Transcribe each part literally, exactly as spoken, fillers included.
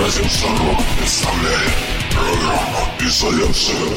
Радио Рок представляет программу «Изоляция».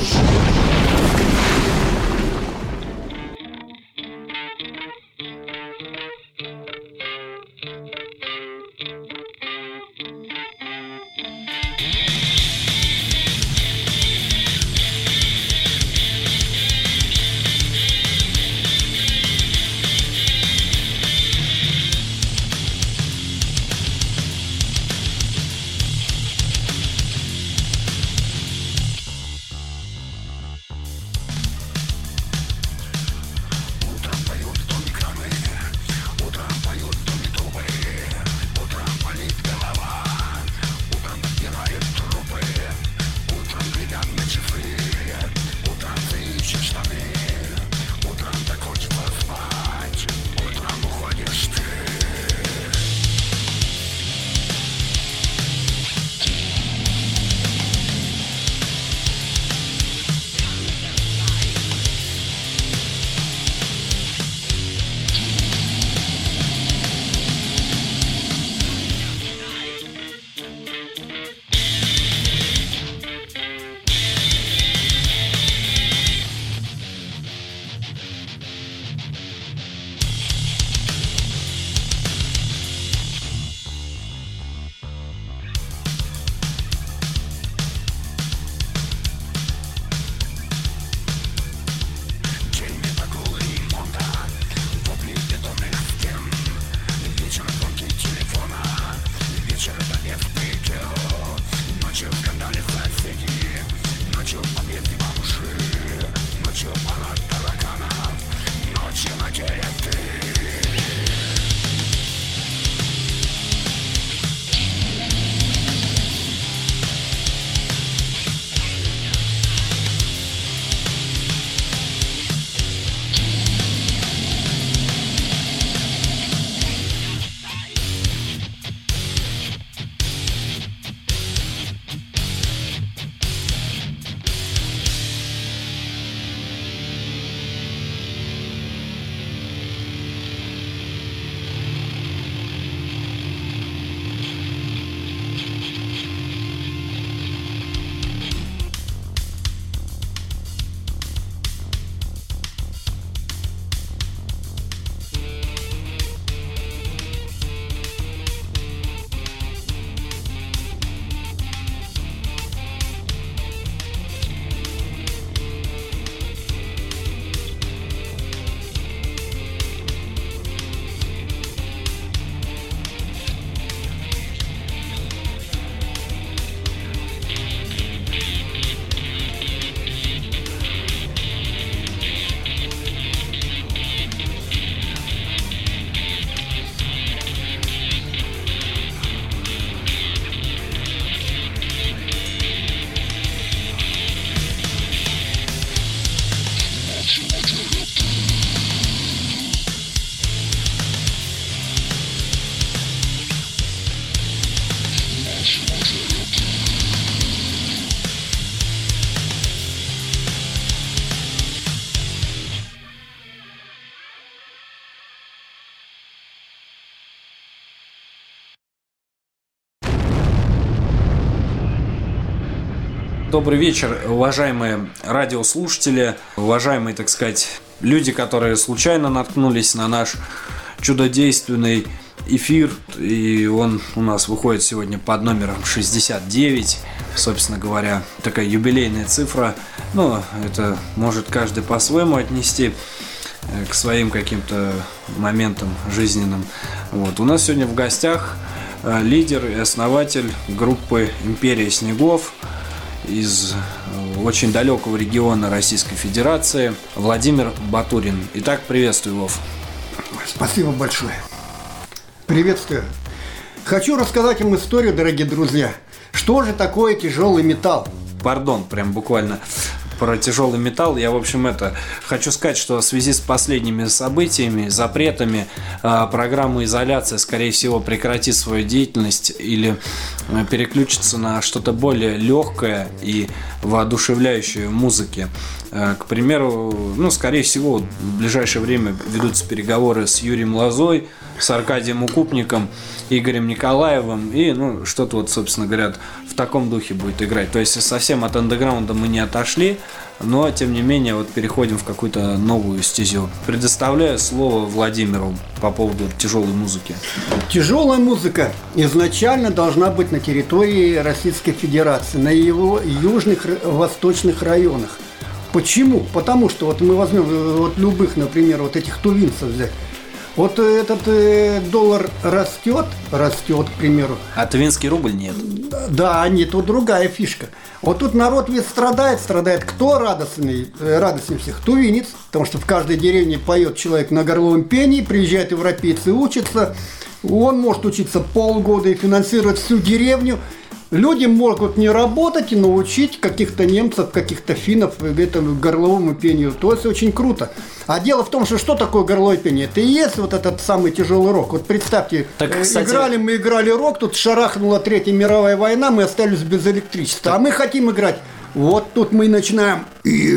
Добрый вечер, уважаемые радиослушатели, уважаемые, так сказать, люди, которые случайно наткнулись на наш чудодейственный эфир. И он у нас выходит сегодня под номером шестьдесят девять. Собственно говоря, такая юбилейная цифра. Но это может каждый по-своему отнести к своим каким-то моментам жизненным. Вот. У нас сегодня в гостях лидер и основатель группы «Империя снегов» из очень далекого региона Российской Федерации Владимир Батурин. Итак, приветствую, Вов. Спасибо большое. Приветствую. Хочу рассказать вам историю, дорогие друзья. Что же такое тяжелый металл? Пардон, прям буквально про тяжелый металл. Я, в общем, это хочу сказать, что в связи с последними событиями, запретами, программа «Изоляция», скорее всего, прекратит свою деятельность или переключиться на что-то более легкое и воодушевляющее в музыке. К примеру, ну, скорее всего, в ближайшее время ведутся переговоры с Юрием Лозой, с Аркадием Укупником, Игорем Николаевым, и, ну, что-то вот, собственно говоря, в таком духе будет играть. То есть совсем от андеграунда мы не отошли, но, тем не менее, вот переходим в какую-то новую стезю. Предоставляю слово Владимиру по поводу тяжелой музыки. Тяжелая музыка изначально должна быть на территории Российской Федерации, на его южных, восточных районах. Почему? Потому что вот мы возьмем вот любых, например, вот этих тувинцев взять. Вот этот э, доллар растет, растет, к примеру. А тувинский рубль нет. Да, нет, тут другая фишка. Вот тут народ весь страдает, страдает. Кто радостный, э, радостнее всех? Тувинец, потому что в каждой деревне поет человек на горловом пении, приезжают европейцы, учатся. Он может учиться полгода и финансировать всю деревню. Люди могут не работать и научить каких-то немцев, каких-то финнов этому горловому пению. То есть очень круто. А дело в том, что что такое горловое пение? Это и есть вот этот самый тяжелый рок. Вот представьте, так, кстати... играли мы, играли рок, тут шарахнула Третья мировая война, мы остались без электричества. А мы хотим играть. Вот тут мы начинаем...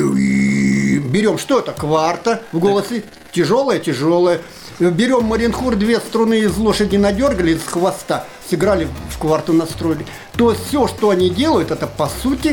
Берем, что это? Кварта в голосе. Тяжелое, тяжелое. Берем Маринхур, две струны из лошади надергали, из хвоста, сыграли, в кварту настроили. То есть все, что они делают, это по сути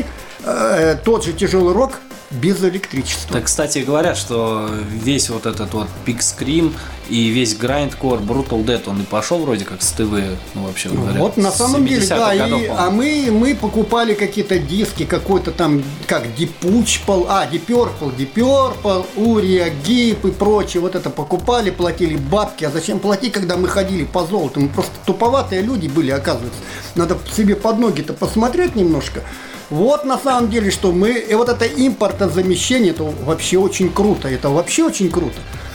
э, тот же тяжелый рок без электричества. Так, кстати, говорят, что весь вот этот вот Pig Scream и весь Grindcore, Brutal Death, он и пошел вроде как с ТВ, ну вообще говоря. Вот на самом деле, да, годов, и, а мы, мы покупали какие-то диски, какой-то там, как Deep Purple, а, Deep Purple, Deep Purple, Урия, Гип и прочее, вот это покупали, платили бабки, а зачем платить, когда мы ходили по золоту, мы просто туповатые люди были, оказывается. Надо себе под ноги-то посмотреть немножко. Вот на самом деле, что мы... И вот это импортозамещение, это вообще очень круто. Это вообще очень круто.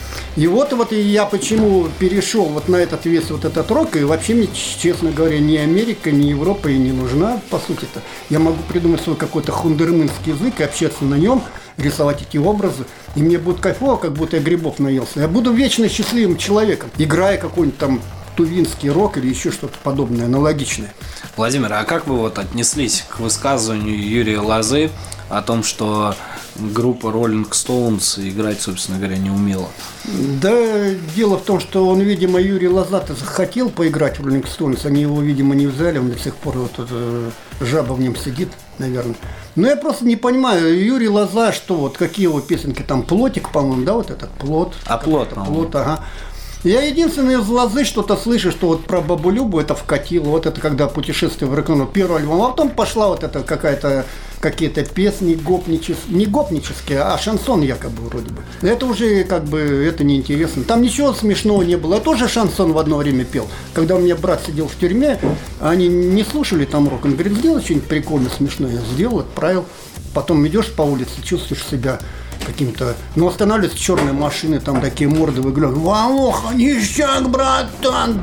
И вот, вот я почему перешел вот на этот весь вот этот рок. И вообще мне, честно говоря, ни Америка, ни Европа и не нужна, по сути-то. Я могу придумать свой какой-то хундермынский язык и общаться на нем, рисовать эти образы. И мне будет кайфово, как будто я грибов наелся. Я буду вечно счастливым человеком, играя какой-нибудь там тувинский рок или еще что-то подобное, аналогичное. Владимир, а как вы вот отнеслись к высказыванию Юрия Лозы о том, что группа Rolling Stones играть, собственно говоря, не умела? Да, дело в том, что он, видимо, Юрий Лоза-то захотел поиграть в Rolling Stones, они его, видимо, не взяли, он до сих пор вот эта жаба в нем сидит, наверное. Но я просто не понимаю, Юрий Лоза, что вот, какие его песенки там, «Плотик», по-моему, да, вот этот «Плот». А «Плот», «Плот», ага. Я единственное из Лозы что-то слышу, что вот про Бабу Любу это вкатило, вот это когда «Путешествие в рок-н-ролл», первый альбом, а потом пошла вот это какая-то, какие-то песни гопнические, не гопнические, а шансон якобы вроде бы. Это уже как бы, это неинтересно. Там ничего смешного не было. Я тоже шансон в одно время пел. Когда у меня брат сидел в тюрьме, они не слушали там рок, он говорит, сделай что-нибудь прикольно, смешное. Я сделал, отправил. Потом идешь по улице, чувствуешь себя каким-то... Ну, останавливаются черные машины, там такие морды выглядывают. Валоха, ништяк, братан!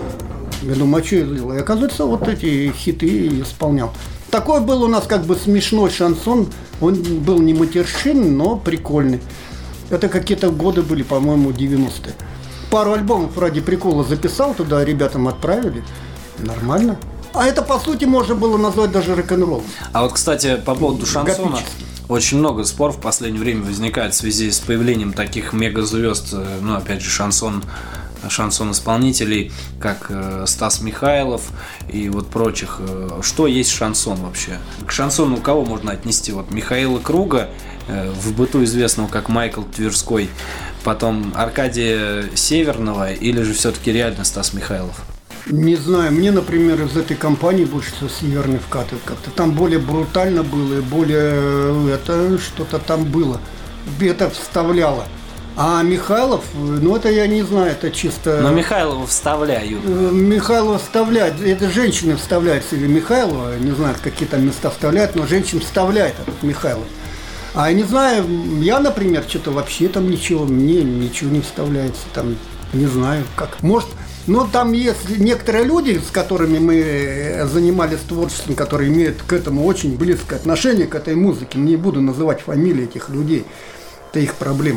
Я думаю, а что я сделал? И оказывается, вот эти хиты исполнял. Такой был у нас как бы смешной шансон. Он был не матершинный, но прикольный. Это какие-то годы были, по-моему, девяностые. Пару альбомов ради прикола записал, туда ребятам отправили. Нормально. А это, по сути, можно было назвать даже рок-н-ролл. А вот, кстати, по поводу шансона, очень много споров в последнее время возникает в связи с появлением таких мегазвезд, ну, опять же, шансон, шансон-исполнителей, как Стас Михайлов и вот прочих. Что есть шансон вообще? К шансону у кого можно отнести? Вот Михаила Круга, в быту известного как Майкл Тверской, потом Аркадия Северного, или же все-таки реально Стас Михайлов? Не знаю, мне, например, из этой компании больше всего Северный вкатывает как-то. Там более брутально было, и более это что-то там было. Это вставляло. А Михайлов, ну это я не знаю, это чисто... Но Михайлова вставляют. Михайлова вставляют, это женщины вставляют себе Михайлова, не знаю, какие там места вставляют, но женщин вставляет этот Михайлов. А я не знаю, я, например, что-то вообще там ничего, мне ничего не вставляется, там, не знаю, как. Может... Но там есть некоторые люди, с которыми мы занимались творчеством, которые имеют к этому очень близкое отношение, к этой музыке. Не буду называть фамилии этих людей, это их проблемы.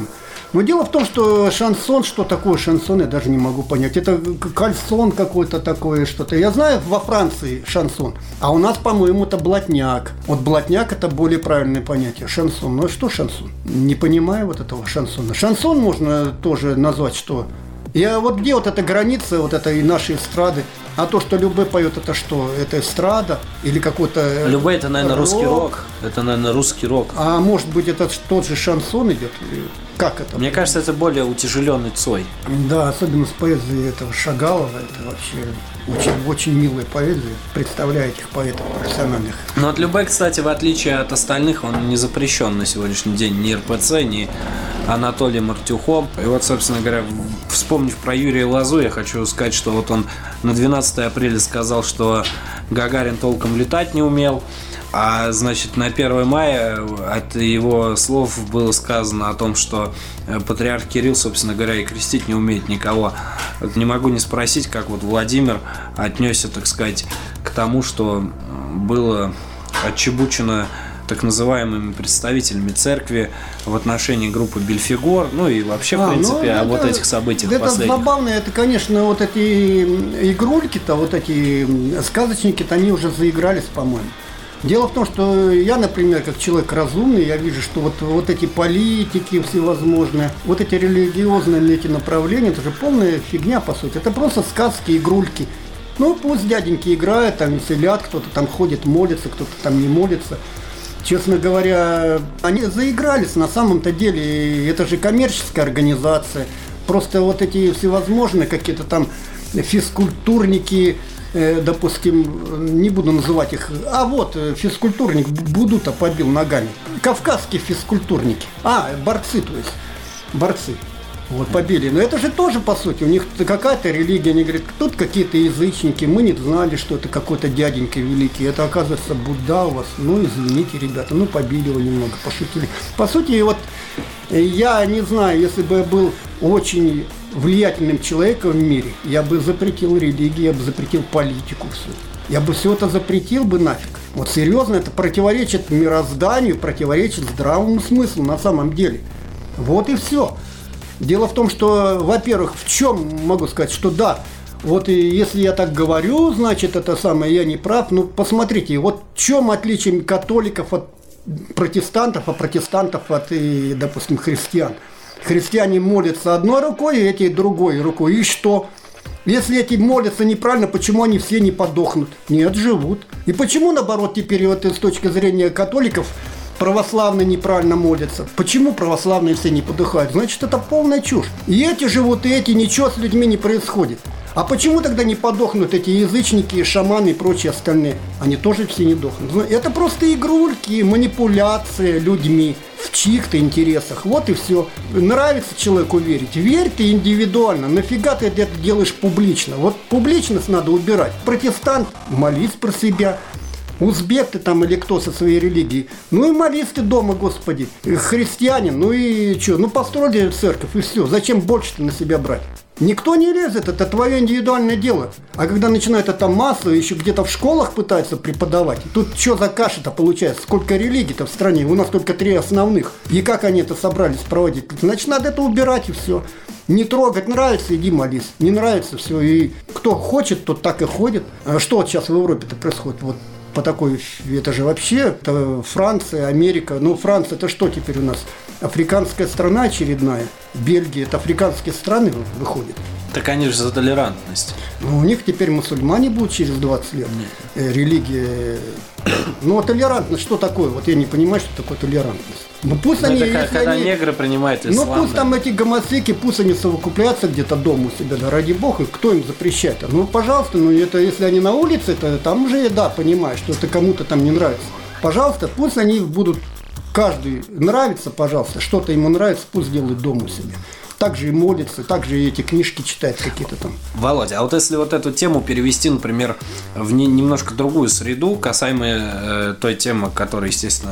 Но дело в том, что шансон, что такое шансон, я даже не могу понять. Это кальсон какой-то такое, что-то. Я знаю, во Франции шансон, а у нас, по-моему, это блатняк. Вот блатняк – это более правильное понятие. Шансон. Ну, а что шансон? Не понимаю вот этого шансона. Шансон можно тоже назвать что? Я вот где вот эта граница вот этой нашей эстрады? А то, что Любэ поет, это что? Это эстрада или какой-то Любэ это, наверное, рок? русский рок. Это, наверное, русский рок. А может быть, это тот же шансон идет? Как это? Мне кажется, это более утяжеленный Цой. Да, особенно с поэзией этого Шагалова. Это вообще очень, очень милая поэзия. Представляю этих поэтов профессиональных. Но от Любэ, кстати, в отличие от остальных, он не запрещен на сегодняшний день ни эр пэ цэ, ни Анатолием Артюхом. И вот, собственно говоря, вспомнив про Юрия Лозу, я хочу сказать, что вот он на двенадцатое апреля сказал, что Гагарин толком летать не умел. А, значит, на первое мая от его слов было сказано о том, что патриарх Кирилл, собственно говоря, и крестить не умеет никого. Вот не могу не спросить, как вот Владимир отнесся, так сказать, к тому, что было отчебучено так называемыми представителями церкви в отношении группы Бельфигор, ну и вообще, а, в принципе, ну, о вот это, этих событиях это последних. Это забавно, это, конечно, вот эти игрульки-то, вот эти сказочники-то, они уже заигрались, по-моему. Дело в том, что я, например, как человек разумный, я вижу, что вот, вот эти политики всевозможные, вот эти религиозные эти направления, это же полная фигня, по сути. Это просто сказки, игрульки. Ну, пусть дяденьки играют, там веселят, кто-то там ходит, молится, кто-то там не молится. Честно говоря, они заигрались на самом-то деле. Это же коммерческая организация. Просто вот эти всевозможные какие-то там физкультурники, э, допустим, не буду называть их. А вот физкультурник Будута побил ногами. Кавказские физкультурники. А, борцы, то есть. Борцы. Вот, побили. Но это же тоже, по сути, у них какая-то религия. Они говорят, тут какие-то язычники, мы не знали, что это какой-то дяденька великий. Это, оказывается, Будда у вас. Ну, извините, ребята, ну, побили его немного, пошутили. По сути, вот, я не знаю, если бы я был очень влиятельным человеком в мире, я бы запретил религию, я бы запретил политику, все. Я бы все это запретил бы нафиг. Вот серьезно, это противоречит мирозданию, противоречит здравому смыслу на самом деле. Вот и все. Дело в том, что, во-первых, в чем могу сказать, что да, вот и если я так говорю, значит, это самое, я не прав. Ну, посмотрите, вот в чем отличие католиков от протестантов, а протестантов от, и, допустим, христиан. Христиане молятся одной рукой, эти другой рукой. И что? Если эти молятся неправильно, почему они все не подохнут? Нет, живут. И почему, наоборот, теперь вот с точки зрения католиков православные неправильно молятся? Почему православные все не подыхают? Значит, это полная чушь. И эти живут, и эти, ничего с людьми не происходит. А почему тогда не подохнут эти язычники, шаманы и прочие остальные? Они тоже все не дохнут. Это просто игрульки, манипуляция людьми в чьих-то интересах. Вот и все. Нравится человеку верить. Верь ты индивидуально. Нафига ты это делаешь публично? Вот публичность надо убирать. Протестант, молись про себя. Узбек ты там или кто со своей религией. Ну и молись ты дома, Господи. Христианин, ну и что? Ну построили церковь и все. Зачем больше-то на себя брать? Никто не лезет, это твое индивидуальное дело. А когда начинают это массово, еще где-то в школах пытаются преподавать, тут что за каша-то получается? Сколько религий-то в стране? У нас только три основных. И как они это собрались проводить? Значит, надо это убирать и все. Не трогать, нравится, иди молись. Не нравится, все. И кто хочет, тот так и ходит. А что вот сейчас в Европе-то происходит? Вот по такой, это же вообще, это Франция, Америка. Ну, Франция, это что теперь у нас? Африканская страна очередная. Бельгия, это африканские страны выходят. Так они же за толерантность. Ну, у них теперь мусульмане будут через двадцать лет. Э, религия. Ну, а толерантность, что такое? Вот я не понимаю, что такое толерантность. Ну, пусть ну, они, это как, когда они, негры принимают ислам. Ну, пусть да. Там эти гомосеки, пусть они совокупляются где-то дома у себя, да, ради бога, кто им запрещает? Ну, пожалуйста, ну, это если они на улице, то там уже, да, понимаю, что это кому-то там не нравится. Пожалуйста, пусть они будут, каждый нравится, пожалуйста, что-то ему нравится, пусть делает дома у себя. Также и молится, также и эти книжки читает какие-то там. Володя, а вот если вот эту тему перевести, например, в не, немножко другую среду, касаемо э, той темы, которая, естественно,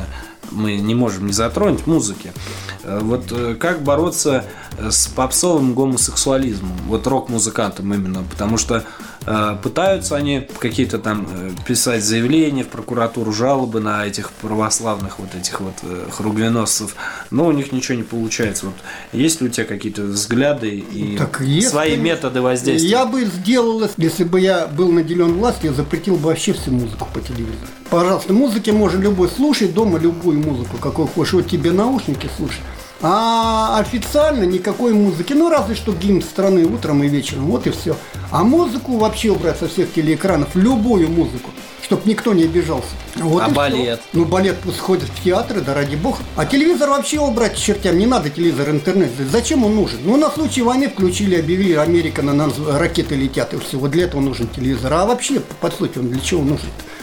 мы не можем не затронуть музыки. Вот как бороться с попсовым гомосексуализмом, вот рок-музыкантам именно, потому что э, пытаются они какие-то там писать заявления в прокуратуру, жалобы на этих православных вот этих вот э, хругвеносцев, но у них ничего не получается. Вот есть ли у тебя какие-то взгляды и так если... свои методы воздействия? Я бы сделал, если бы я был наделен властью, я запретил бы вообще всю музыку по телевизору. Пожалуйста, музыки можно любой слушать, дома любую музыку, какую хочешь, вот тебе наушники слушай. А официально никакой музыки, ну разве что гимн страны утром и вечером, вот и все. А музыку вообще убрать со всех телеэкранов, любую музыку, чтобы никто не обижался. Вот а балет? Все. Ну балет пусть ходит в театры, да ради бога. А телевизор вообще убрать к чертям, не надо телевизор, интернет. Зачем он нужен? Ну на случай войны включили, объявили, Америка на нас ракеты летят, и все. Вот для этого нужен телевизор. А вообще, по сути, он для чего нужен?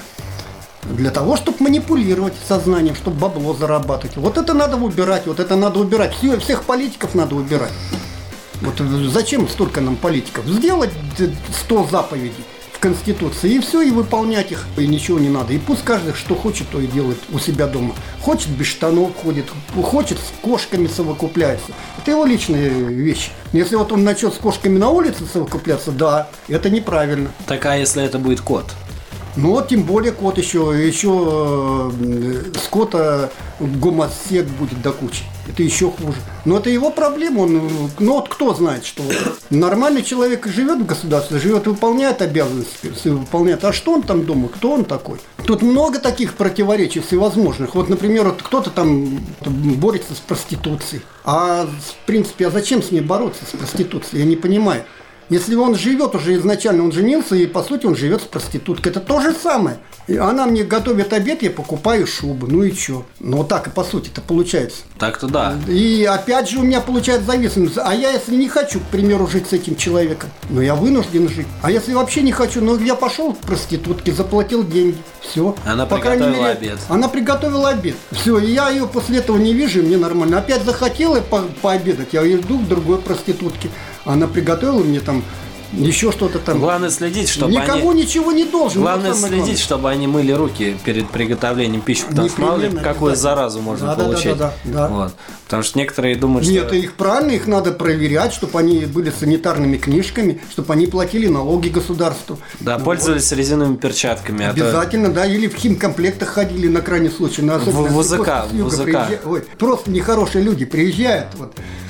Для того, чтобы манипулировать сознанием, чтобы бабло зарабатывать. Вот это надо убирать, вот это надо убирать. Все, всех политиков надо убирать. Вот зачем столько нам политиков? Сделать сто заповедей в Конституции, и все, и выполнять их. И ничего не надо. И пусть каждый что хочет, то и делает у себя дома. Хочет без штанов ходит, хочет с кошками совокупляется. Это его личные вещи. Если вот он начнет с кошками на улице совокупляться, да, это неправильно. Так, а если это будет кот? Ну вот тем более кот еще, еще э, скота гомосек будет до кучи. Это еще хуже. Но это его проблема. Он, ну вот кто знает, что нормальный человек живет в государстве, живет, выполняет обязанности, выполняет. А что он там дома? Кто он такой? Тут много таких противоречий всевозможных. Вот, например, вот кто-то там борется с проституцией. А в принципе, а зачем с ней бороться, с проституцией? Я не понимаю. Если он живет уже изначально, он женился, и по сути он живет с проституткой. Это то же самое. И она мне готовит обед, я покупаю шубу. Ну и что? Ну вот так и по сути это получается. Так-то да. И опять же у меня получается зависимость. А я если не хочу, к примеру, жить с этим человеком, ну я вынужден жить. А если вообще не хочу, ну я пошел к проститутке, заплатил деньги. Все. Она по приготовила мере, обед. Она приготовила обед. Все, и я ее после этого не вижу, и мне нормально. Опять захотела по пообедать, я иду к другой проститутке. Она приготовила мне там еще что-то там. Главное следить, чтобы Никому они... ничего не должен. Главное следить, главное. чтобы они мыли руки перед приготовлением пищи, потому что мало ли какую заразу можно да, получить. Да, да, да, да. Вот. Потому что некоторые думают, Нет, что... их правильно, их надо проверять, чтобы они были санитарными книжками, чтобы они платили налоги государству. Да, ну, пользовались вот. резиновыми перчатками. Обязательно, а то... да, или в химкомплектах ходили на крайний случай. На в ВЗК, в ВЗК. Ой, просто нехорошие люди приезжают, вот.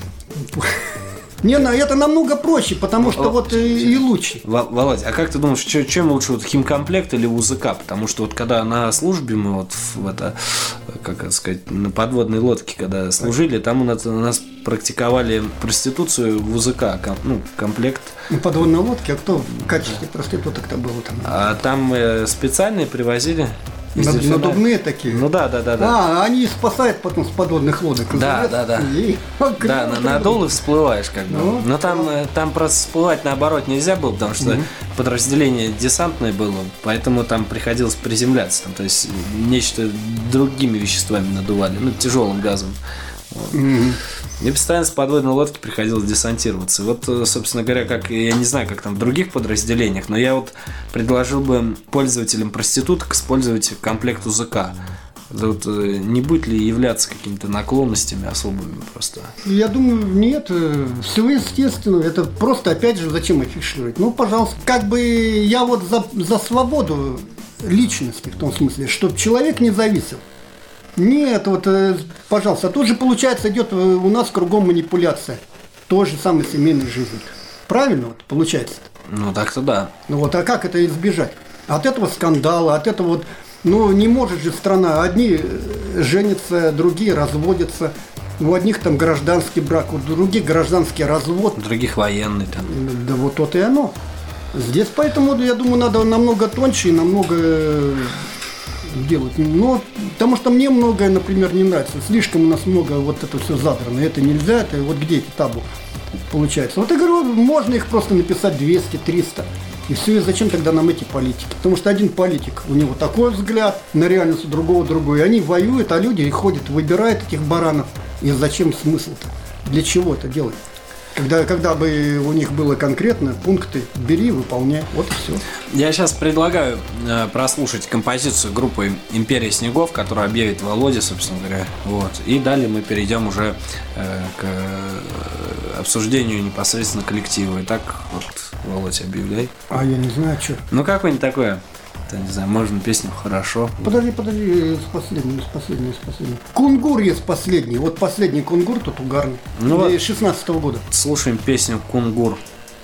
Не, на это намного проще, потому что вот и, и лучше. Володь, а как ты думаешь, чем лучше, вот химкомплект или УЗК? Потому что вот когда на службе мы вот в это, как это сказать, на подводной лодке, когда служили, там у нас, у нас практиковали проституцию в УЗК, ну, комплект. На подводной лодке, а кто в качестве проституток-то был там? А там специальные привозили. Надувные такие? Ну да, да, да, да. А, они спасают потом с подводных лодок. Да, да, да. И... Да, на, надул и всплываешь как бы. Ну, но там, да. там просто всплывать наоборот нельзя было, потому что угу. подразделение десантное было, поэтому там приходилось приземляться. Там, то есть нечто другими веществами надували, ну, тяжелым газом. Вот. Угу. Мне постоянно с подводной лодки приходилось десантироваться. Вот, собственно говоря, как я не знаю, как там в других подразделениях, но я вот предложил бы пользователям проституток использовать комплект УЗК. Вот, не будет ли являться какими-то наклонностями особыми просто? Я думаю, нет. Все естественно. Это просто, опять же, зачем афишировать? Ну, пожалуйста. Как бы я вот за, за свободу личности, в том смысле, чтобы человек не зависел. Нет, вот, пожалуйста, тут же, получается, идет у нас кругом манипуляция той же самой семейной жизни. Правильно вот получается? Ну, так-то да. Ну вот, а как это избежать? От этого скандала, от этого вот, ну, не может же страна, одни женятся, другие разводятся, у одних там гражданский брак, у других гражданский развод. У других военный там. Да вот то и оно. Здесь поэтому, я думаю, надо намного тоньше и намного... делать. Но потому что мне многое, например, не нравится. Слишком у нас много вот это все задрано. Это нельзя, это вот где эти табу получается. Вот я говорю, можно их просто написать двести-триста. И все, и зачем тогда нам эти политики? Потому что один политик, у него такой взгляд на реальность, у другого другой. И они воюют, а люди ходят, выбирают этих баранов. И зачем смысл-то? Для чего это делать? Когда, когда бы у них было конкретно пункты, бери, выполняй, вот и все. Я сейчас предлагаю э, прослушать композицию группы «Империя снегов», которую объявит Володя, собственно говоря. Вот. И далее мы перейдем уже э, к э, обсуждению непосредственно коллектива. Итак, вот, Володя, объявляй. А я не знаю, что. Ну, какое-нибудь такое. Да, не знаю, можно песню «Хорошо». Подожди, подожди, с последней, с последней, с последней. Кунгур есть последний. Вот последний Кунгур тут угарный. Ну вот. шестнадцатого года. Слушаем песню «Кунгур».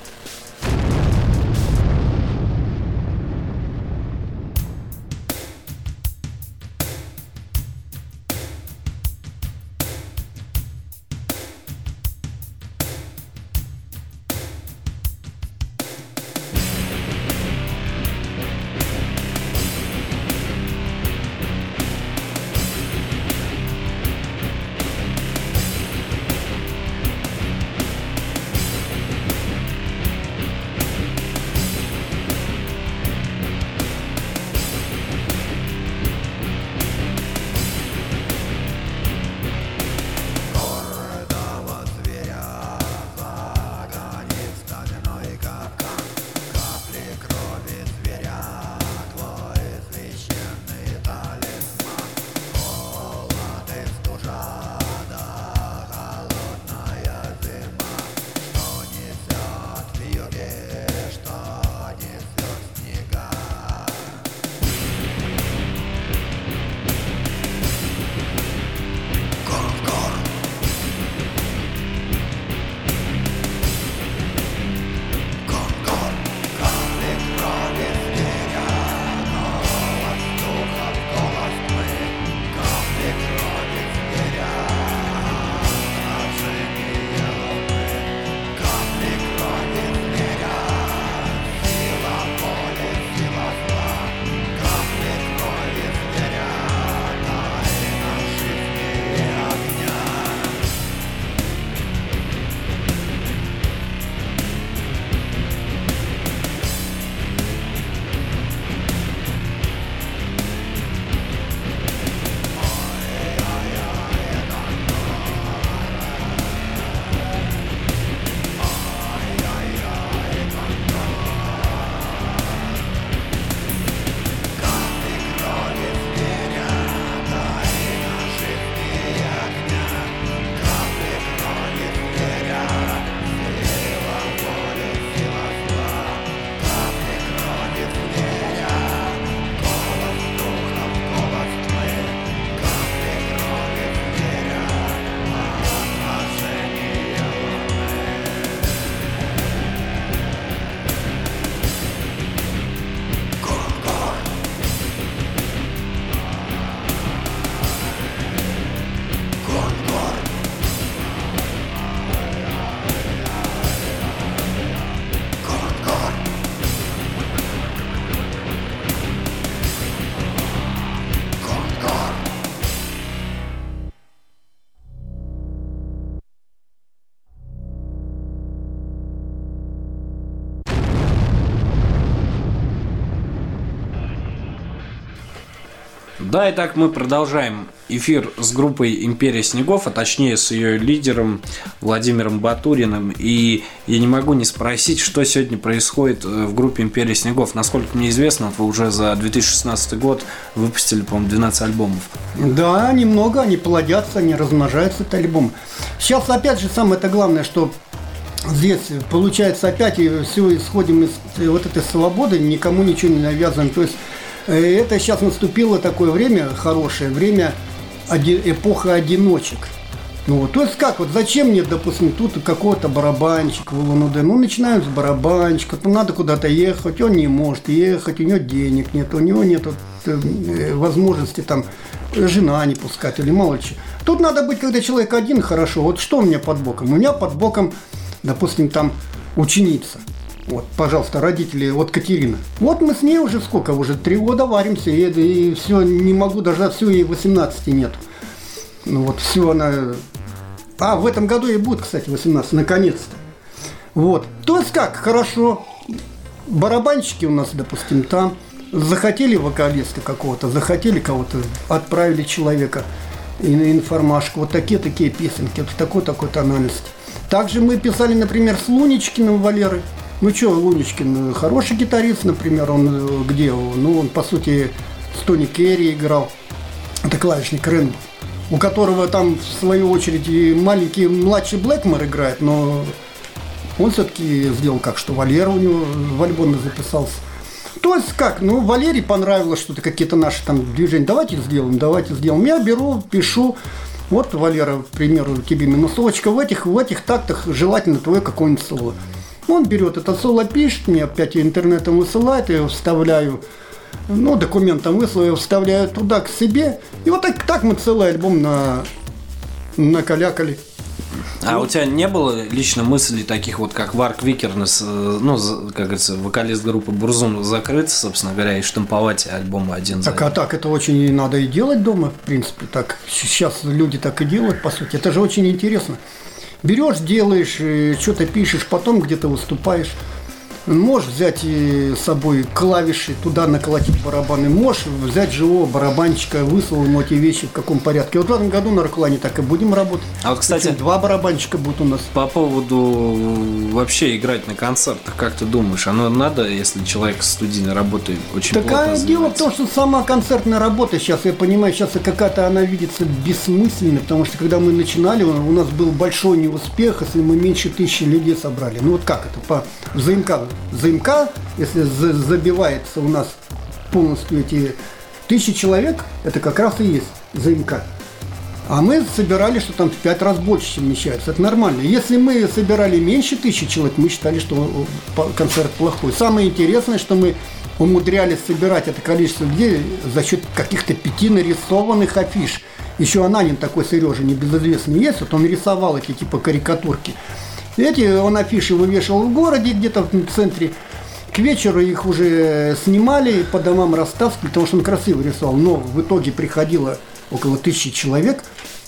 Да, итак, мы продолжаем эфир с группой «Империя снегов», а точнее с ее лидером Владимиром Батуриным. И я не могу не спросить, что сегодня происходит в группе «Империя снегов». Насколько мне известно, вы уже за две тысячи шестнадцатый год выпустили, по-моему, двенадцать альбомов. Да, немного, они плодятся, они размножаются, это альбом. Сейчас, опять же, самое-то главное, что здесь получается опять и все исходим из вот этой свободы, никому ничего не навязываем. То есть это сейчас наступило такое время, хорошее время, эпоха одиночек. Ну вот, то есть как, вот зачем мне, допустим, тут какого-то барабанщика в Улан-Удэ, ну начинают с барабанщика, ну надо куда-то ехать, он не может ехать, у него денег нет, у него нет э, возможности там жена не пускать или мало ли. Тут надо быть, когда человек один, хорошо, вот что у меня под боком? У меня под боком, допустим, там ученица. Вот, пожалуйста, родители, вот Катерина. Вот мы с ней уже сколько, уже три года варимся, и, и все, не могу дождаться, все, ей восемнадцати нет. Ну вот, все она... А, в этом году ей будет, кстати, восемнадцать, наконец-то. Вот, то есть как, хорошо, барабанщики у нас, допустим, там, захотели вокалиста какого-то, захотели кого-то, отправили человека. информашка, вот такие-такие песенки, вот в такой-такой тональности. Также мы писали, например, с Луничкиным Валерой. Ну что, Луничкин хороший гитарист, например, он где? Ну, он, по сути, с Тони Керри играл. Это клавишник Рэмбо, у которого там, в свою очередь, и маленький младший Блэкмор играет, но он все-таки сделал как, что Валера у него в альбоме записался. То есть как, ну, Валерий понравилось что-то, какие-то наши там движения, давайте сделаем, давайте сделаем. Я беру, пишу, вот, Валера, к примеру, тебе минусовочка, в этих, в этих тактах желательно твое какое-нибудь соло. Он берет это соло, пишет, мне опять интернетом высылает, я его вставляю, ну, документом выслал, я вставляю туда к себе. И вот так, так мы целый альбом на, накалякали. А вот. У тебя не было лично мыслей таких вот, как Варк Викернес, ну, как говорится, вокалист группы Бурзум, закрыться, собственно говоря, и штамповать альбомы один за одним? Так, а так это очень надо и делать дома, в принципе. Так сейчас люди так и делают, по сути. Это же очень интересно. Берешь, делаешь, что-то пишешь, потом где-то выступаешь. Можешь взять с собой клавиши, туда наколотить барабаны. Можешь взять живого барабанщика, высунуть эти вещи в каком порядке. Вот в этом году на Роклане так и будем работать. А вот, кстати, причем два барабанщика будут у нас. По поводу вообще играть на концертах, как ты думаешь, оно надо, если человек с студийной работой очень плотно Такое занимается? Дело в том, что сама концертная работа сейчас, я понимаю, сейчас какая-то она видится бессмысленной, потому что когда мы начинали, у нас был большой неуспех, если мы меньше тысячи людей собрали. Ну вот как это по взаимкам? ЗМК, если забивается у нас полностью эти тысячи человек, это как раз и есть ЗМК. А мы собирали, что там в пять раз больше, чем вмещается. Это нормально. Если мы собирали меньше тысячи человек, мы считали, что концерт плохой. Самое интересное, что мы умудрялись собирать это количество людей за счет каких-то пяти нарисованных афиш. Еще Ананин такой, Сережа, небезызвестный есть, вот он рисовал эти типа карикатурки. Эти он афиши вывешивал в городе, где-то в центре. К вечеру их уже снимали, по домам растаскивали, потому что он красиво рисовал. Но в итоге приходило около тысячи человек,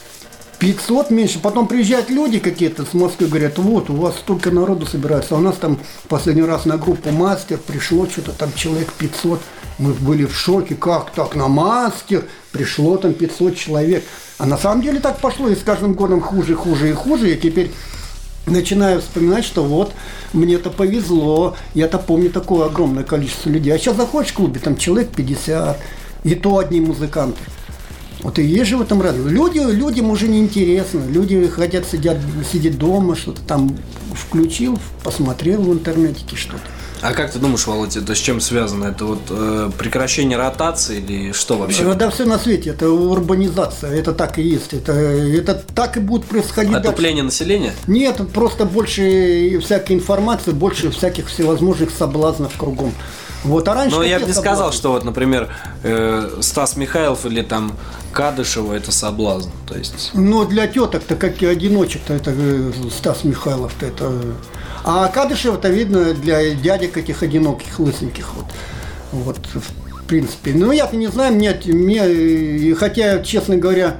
пятьсот меньше. Потом приезжают люди какие-то с Москвы, говорят, вот, у вас столько народу собирается. А у нас там последний раз на группу «Мастер» пришло что-то там человек пятьсот. Мы были в шоке, как так, на «Мастер» пришло там пятьсот человек. А на самом деле так пошло, и с каждым годом хуже, хуже и хуже. И теперь начинаю вспоминать, что вот, мне-то повезло, я-то помню такое огромное количество людей. А сейчас заходишь в клубе, там человек пятьдесят, и то одни музыканты. Вот и есть же в этом разница. Люди, людям уже не интересно, люди хотят сидят, сидеть дома, что-то там включил, посмотрел в интернете что-то. А как ты думаешь, Володя, это с чем связано? Это вот э, прекращение ротации или что вообще? Да, все на свете, это урбанизация, это так и есть, это, это так и будет происходить. Отупление дальше. Населения? Нет, просто больше всякой информации, больше всяких всевозможных соблазнов кругом. Вот, а раньше. Но я бы не соблазны? сказал, что вот, например, э, Стас Михайлов или там Кадышева это соблазн. То есть. Но для теток-то, как и одиночек-то, это Стас Михайлов-то это. А Кадышев-то видно для дядек этих одиноких, лысеньких. Вот, вот в принципе. Ну, я-то не знаю, мне, мне, хотя, честно говоря,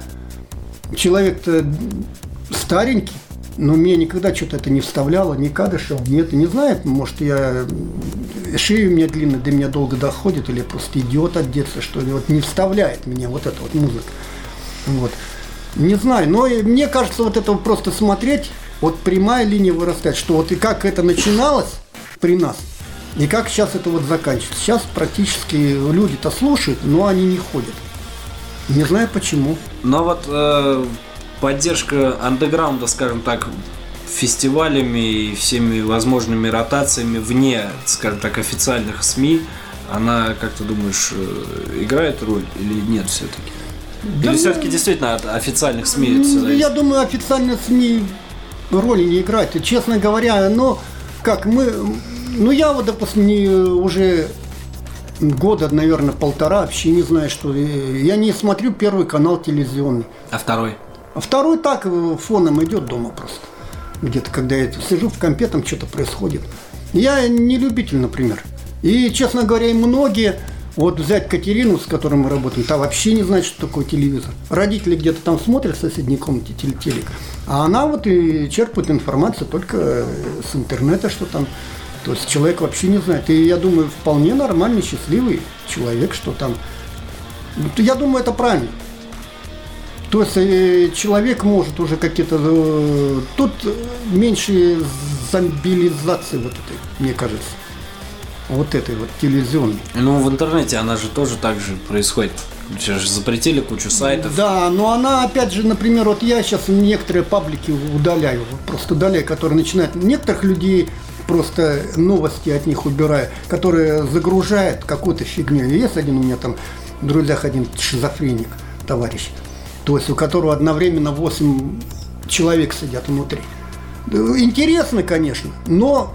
человек-то старенький, но мне никогда что-то это не вставляло, ни Кадышев, ни это, не знаю, может, я шея у меня длинная, до меня долго доходит, или я просто идиот от детства, что ли, вот не вставляет меня вот эта вот музыка. Вот. Не знаю, но мне кажется, вот это просто смотреть, вот прямая линия вырастает, что вот и как это начиналось при нас, и как сейчас это вот заканчивается. Сейчас практически люди-то слушают, но они не ходят. Не знаю почему. Но вот э, поддержка андеграунда, скажем так, фестивалями и всеми возможными ротациями вне, скажем так, официальных СМИ, она, как ты думаешь, играет роль или нет все-таки? Да, или все-таки действительно от официальных СМИ это все зависит? Я думаю, официальные СМИ роли не играют. И, честно говоря, но как мы, ну я вот, допустим, не, уже года, наверное, полтора вообще не знаю, что я не смотрю первый канал телевизионный. А второй? А второй так фоном идет дома просто. Где-то, когда я сижу в компе, там что-то происходит. Я не любитель, например. И, честно говоря, и многие, вот взять Катерину, с которой мы работаем, та вообще не знает, что такое телевизор. Родители где-то там смотрят в соседней комнате телек, а она вот и черпает информацию только с интернета, что там. То есть человек вообще не знает. И я думаю, вполне нормальный, счастливый человек, что там. Я думаю, это правильно. То есть э, человек может уже какие-то... Э, тут меньше зомбилизации вот этой, мне кажется. Вот этой вот телевизионной. Ну, в интернете она же тоже так же происходит. Сейчас же запретили кучу сайтов. Да, но она, опять же, например, вот я сейчас некоторые паблики удаляю, просто удаляю, которые начинают... Некоторых людей просто новости от них убираю, которые загружают какую-то фигню. Есть один у меня там в друзьях один шизофреник, товарищ, то есть у которого одновременно восемь человек сидят внутри. Интересно, конечно, но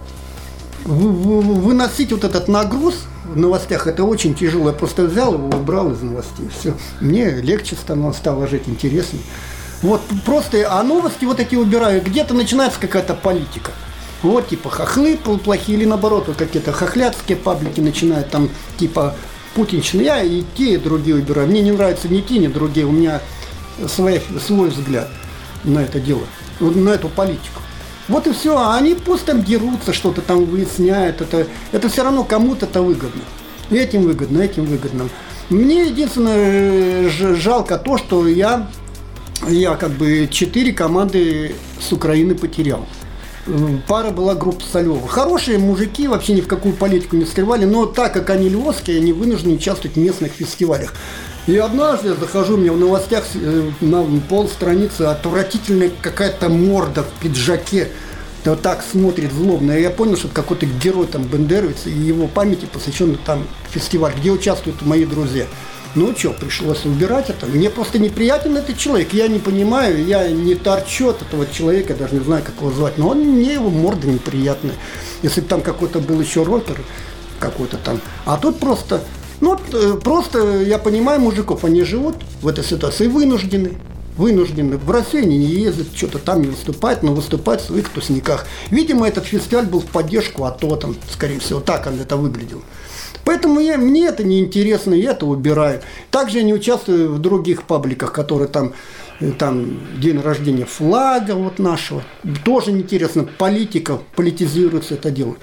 выносить вот этот нагруз в новостях это очень тяжело. Я просто взял его, убрал из новостей. Все. Мне легче стало, стало жить, интереснее. Вот просто, а новости вот эти убираю. Где-то начинается какая-то политика. Вот типа хохлы плохие или наоборот, вот какие-то хохлядские паблики начинают там типа путинщины. Я и те, и другие убираю. Мне не нравятся ни те, ни другие. У меня свой, свой взгляд на это дело, на эту политику. Вот и все, а они пусть там дерутся, что-то там выясняют, это, это все равно кому-то это выгодно. Этим выгодно, этим выгодно. Мне единственное жалко то, что я, я как бы четыре команды с Украины потерял. Пара была группа Солёва. Хорошие мужики, вообще ни в какую политику не скрывали, но так как они львовские, они вынуждены участвовать в местных фестивалях. И однажды я захожу, у меня в новостях на полстраницы отвратительная какая-то морда в пиджаке. Вот так смотрит злобно. И я понял, что это какой-то герой там бендеровец, и его памяти посвящен там фестиваль, где участвуют мои друзья. Ну что, пришлось убирать это. Мне просто неприятен этот человек. Я не понимаю, я не торчу от этого человека, я даже не знаю, как его звать. Но он, мне его морда неприятная. Если бы там какой-то был еще рокер, какой-то там. А тут просто... Ну, просто я понимаю мужиков, они живут в этой ситуации вынуждены. Вынуждены. В России они не ездят, что-то там не выступают, но выступают в своих тусниках. Видимо, этот фестиваль был в поддержку АТО, там, скорее всего, так он это выглядел. Поэтому я, мне это не интересно, я это убираю. Также я не участвую в других пабликах, которые там, там день рождения флага вот нашего. Тоже неинтересно. Политика, политизируется это дело.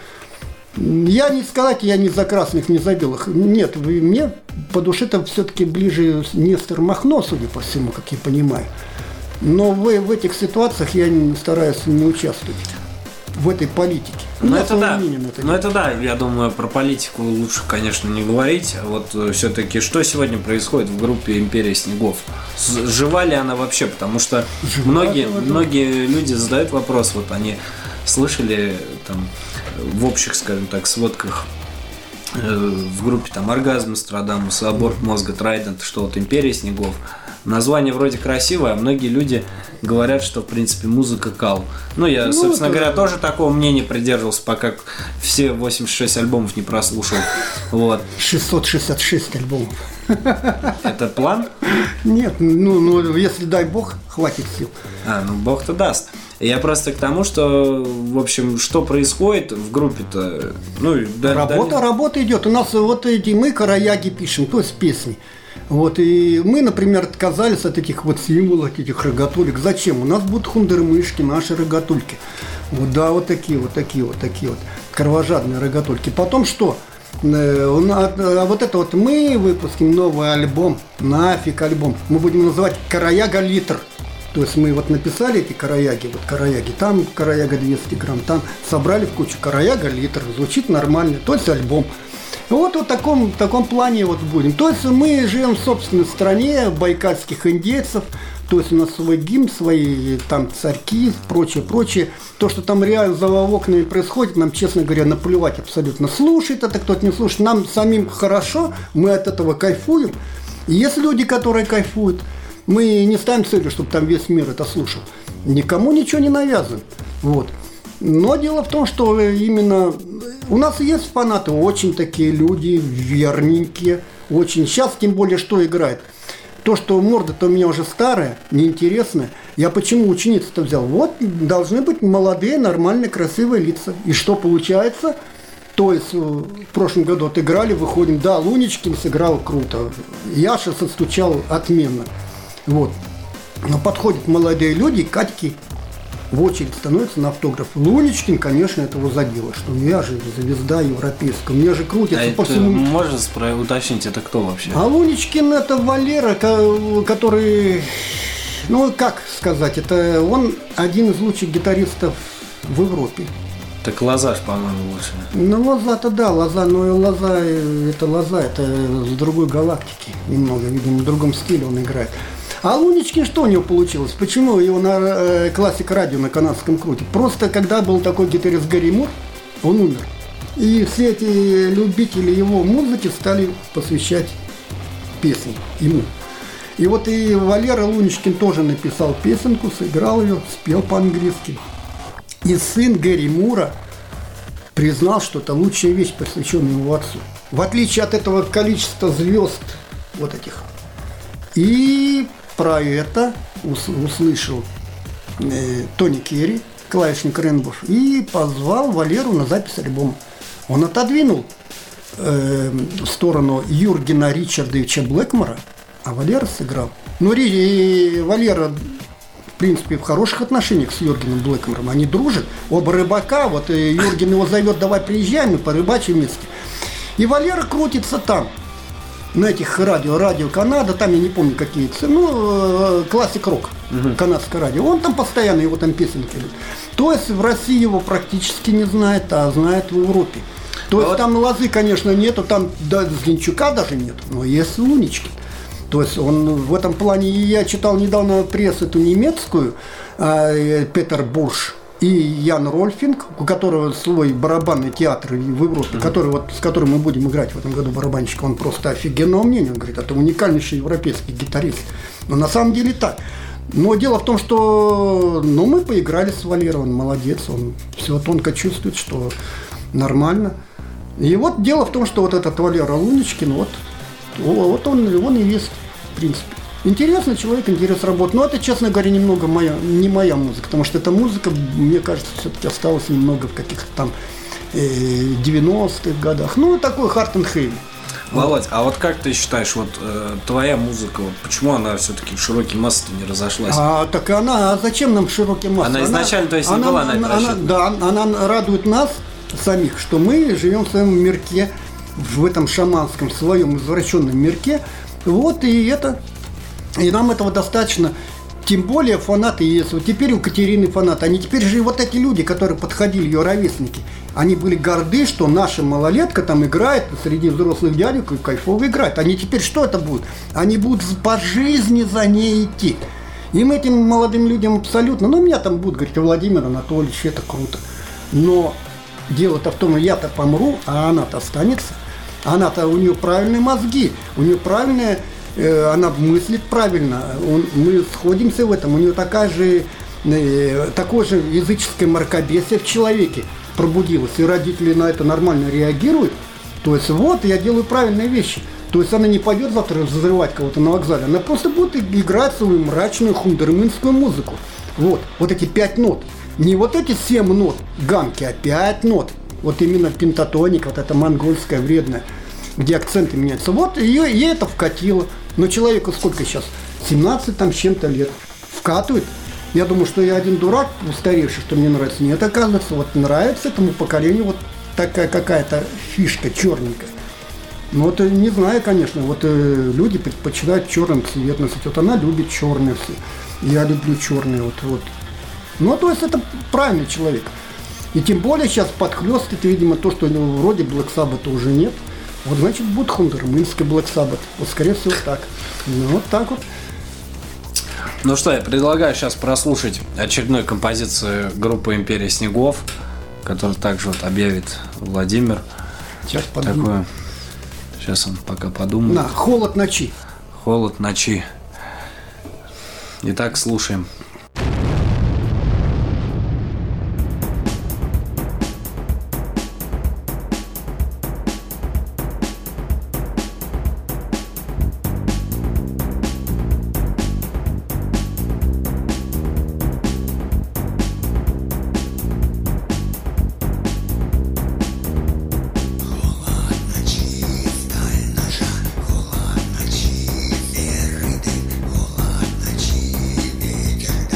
Я не сказать, я не за красных, не за белых. Нет, мне по душе-то все-таки ближе Нестор Махно, судя по всему, как я понимаю. Но в, в этих ситуациях я не стараюсь не участвовать в этой политике. Ну это да, ну это да, я думаю, про политику лучше, конечно, не говорить. Вот все-таки, что сегодня происходит в группе «Империя снегов»? Жива ли она вообще? Потому что Жива многие, многие люди задают вопрос, вот они слышали там в общих, скажем так, сводках э, в группе там «Оргазм», «Нострадамус», «Аборт мозга», «Трайдент», что вот «Империя снегов». Название вроде красивое, а многие люди говорят, что в принципе музыка кал. Ну, я, ну, собственно это... говоря, тоже такого мнения придерживался, пока все восемьдесят шесть альбомов не прослушал. Вот. шестьсот шестьдесят шесть альбомов. Это план? Нет, ну, ну если дай бог, хватит сил. А, ну бог-то даст. Я просто к тому, что, в общем, что происходит в группе-то. Ну, да, работа, да... работа идет. У нас вот эти мы караяги пишем, то есть песни. Вот, и мы, например, отказались от этих вот символов, этих рогатулек. Зачем? У нас будут хундермышки, наши рогатульки. Вот, да, вот такие, вот такие, вот такие вот кровожадные рогатульки. Потом что? А вот это вот мы выпустим новый альбом, нафиг альбом. Мы будем называть «Караяга литр». То есть мы вот написали эти караяги, вот караяги, там караяга двести грамм, там собрали в кучу караяга литр, звучит нормально, то есть альбом. Вот в таком, в таком плане вот будем. То есть мы живем в собственной стране байкальских индейцев, то есть у нас свой гимн, свои там царьки, прочее, прочее. То, что там реально за окнами происходит, нам, честно говоря, наплевать абсолютно. Слушает это кто-то, не слушает. Нам самим хорошо, мы от этого кайфуем. И есть люди, которые кайфуют, мы не ставим целью, чтобы там весь мир это слушал. Никому ничего не навязываем. Вот. Но дело в том, что именно у нас есть фанаты, очень такие люди, верненькие, очень. Сейчас тем более что играет. То, что морда-то у меня уже старая, неинтересная. Я почему ученицу-то взял? Вот должны быть молодые, нормальные, красивые лица. И что получается? То есть в прошлом году отыграли, выходим, да, Луничкин сыграл круто, Яша состучал отменно. Вот. Но подходят молодые люди, Катьки в очередь становятся на автограф. Луничкин, конечно, этого задело, что я же звезда европейская, меня же крутятся а по всему. Можно уточнить, это кто вообще? А Луничкин это Валера, который Ну, как сказать, это он один из лучших гитаристов в Европе. Так Лоза, по-моему, лучше. Ну, Лоза-то да, Лоза, но Лоза, это Лоза, это с другой галактики немного, видимо, в другом стиле он играет. А Луничкин, что у него получилось? Почему его на э, Классик радио на канадском крутит? Просто когда был такой гитарист Гэри Мур, он умер. И все эти любители его музыки стали посвящать песни ему. И вот и Валера Луничкин тоже написал песенку, сыграл ее, спел по-английски. И сын Гэри Мура признал, что это лучшая вещь, посвященная его отцу. В отличие от этого количества звезд вот этих. И про это услышал э, Тони Керри, клавишник Рейнбош, и позвал Валеру на запись альбома. Он отодвинул э, в сторону Юргена Ричардовича Блэкмора, а Валера сыграл. Но и Валера, в принципе, в хороших отношениях с Юргеном Блэкмором. Они дружат. Оба рыбака. Вот и Юрген его зовет: давай приезжай, мы порыбачим вместе. И Валера крутится там, на этих радио, радио Канада, там я не помню какие, ну, классик рок, угу. Канадское радио. Он там постоянно, его там песенки любит. То есть в России его практически не знает, а знает в Европе. То а есть вот... там Лозы, конечно, нету, там да, Зинчука даже нету, но есть Луничкин. То есть он в этом плане, я читал недавно прессу эту немецкую, э, Петер Бурш и Ян Рольфинг, у которого свой барабанный театр в Европе, mm-hmm. который, вот, с которым мы будем играть в этом году барабанщик, он просто офигенного мнения, он говорит, это уникальнейший европейский гитарист. Но на самом деле так. Но дело в том, что ну, мы поиграли с Валерой, он молодец, он все тонко чувствует, что нормально. И вот дело в том, что вот этот Валера Луничкин, вот, вот он, он и есть, в принципе. Интересный человек, интерес работы. Но это, честно говоря, немного моя, не моя музыка, потому что эта музыка, мне кажется, все-таки осталась немного в каких-то там э, девяностых годах. Ну, такой hard and heavy. Володь, вот. А вот как ты считаешь, вот э, твоя музыка, вот почему она все-таки в широкие массы не разошлась? А так она, а зачем нам в широкие массы? Она изначально, она, то есть, не она, была на это она, рассчитана? Да, она радует нас самих, что мы живем в своем мирке, в этом шаманском, в своем извращенном мирке. Вот и это... И нам этого достаточно. Тем более фанаты есть. Вот теперь у Катерины фанаты. Они теперь же вот эти люди, которые подходили, ее ровесники, они были горды, что наша малолетка там играет среди взрослых дядек и кайфово играет. Они теперь что это будут? Они будут по жизни за ней идти. Им, этим молодым людям, абсолютно. Ну, меня там будут говорить: Владимир Анатольевич, это круто. Но дело-то в том, что я-то помру, а она-то останется. Она-то, у нее правильные мозги, у нее правильная... Она мыслит правильно, он, мы сходимся в этом, у нее такая же, э, такое же языческое мракобесие в человеке пробудилось, и родители на это нормально реагируют. То есть вот, я делаю правильные вещи. То есть она не пойдет завтра взрывать кого-то на вокзале, она просто будет играть свою мрачную хундерминскую музыку. Вот, вот эти пять нот. Не вот эти семь нот ганки, а пять нот. Вот именно пентатоника, вот эта монгольская вредная, где акценты меняются. Вот ее, ей это вкатило. Но человеку сколько сейчас? семнадцать там с чем-то лет. Вкатывает. Я думаю, что я один дурак устаревший, что мне нравится. Нет, оказывается, вот нравится этому поколению вот такая какая-то фишка черненькая. Ну вот не знаю, конечно, вот э, люди предпочитают черным цвет носить. Вот она любит черный все. Я люблю черный. Вот, вот. Ну, то есть это правильный человек. И тем более сейчас подхлёстывает, видимо, то, что ну, вроде Black Sabbath уже нет. Вот значит будет хундерминский Black Sabbath. Вот скорее всего так. Ну вот так вот. Ну что, я предлагаю сейчас прослушать очередную композицию группы «Империя снегов», которую также вот объявит Владимир. Сейчас подумаю. Такое... Сейчас он пока подумает. На, «Холод ночи». «Холод ночи». Итак, слушаем. Холод ночи, ветер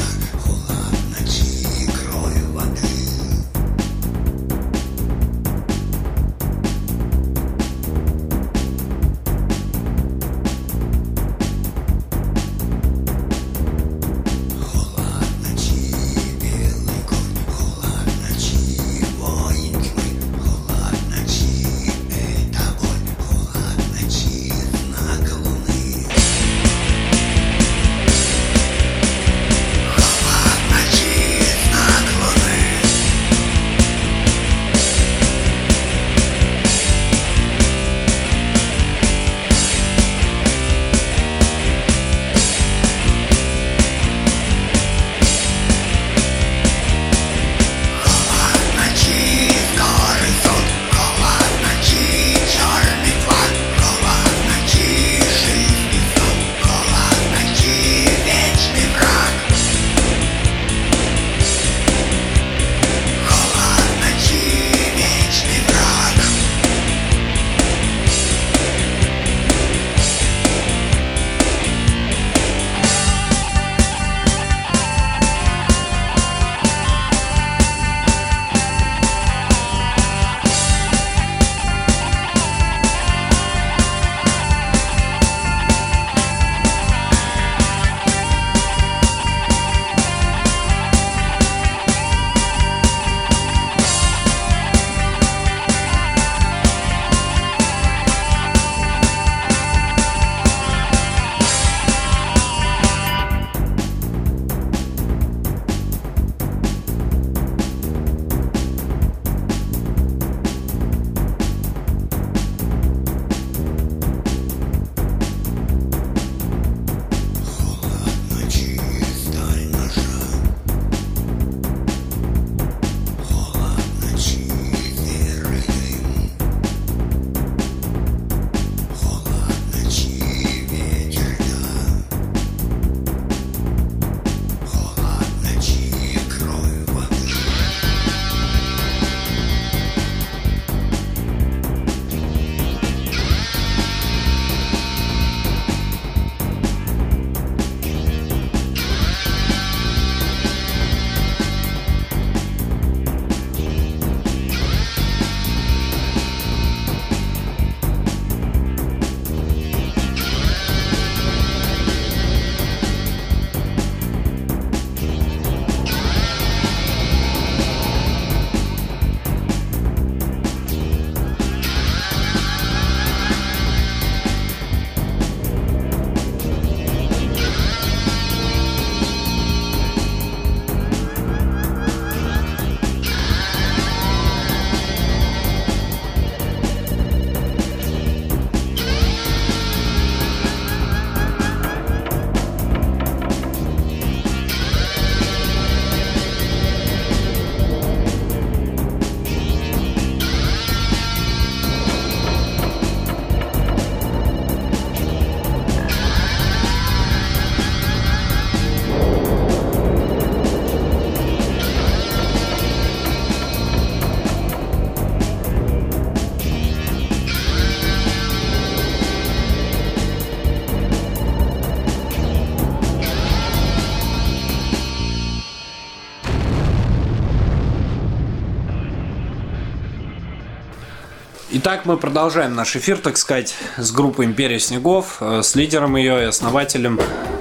Итак, мы продолжаем наш эфир, так сказать, с группой «Империя снегов», с лидером ее и основателем,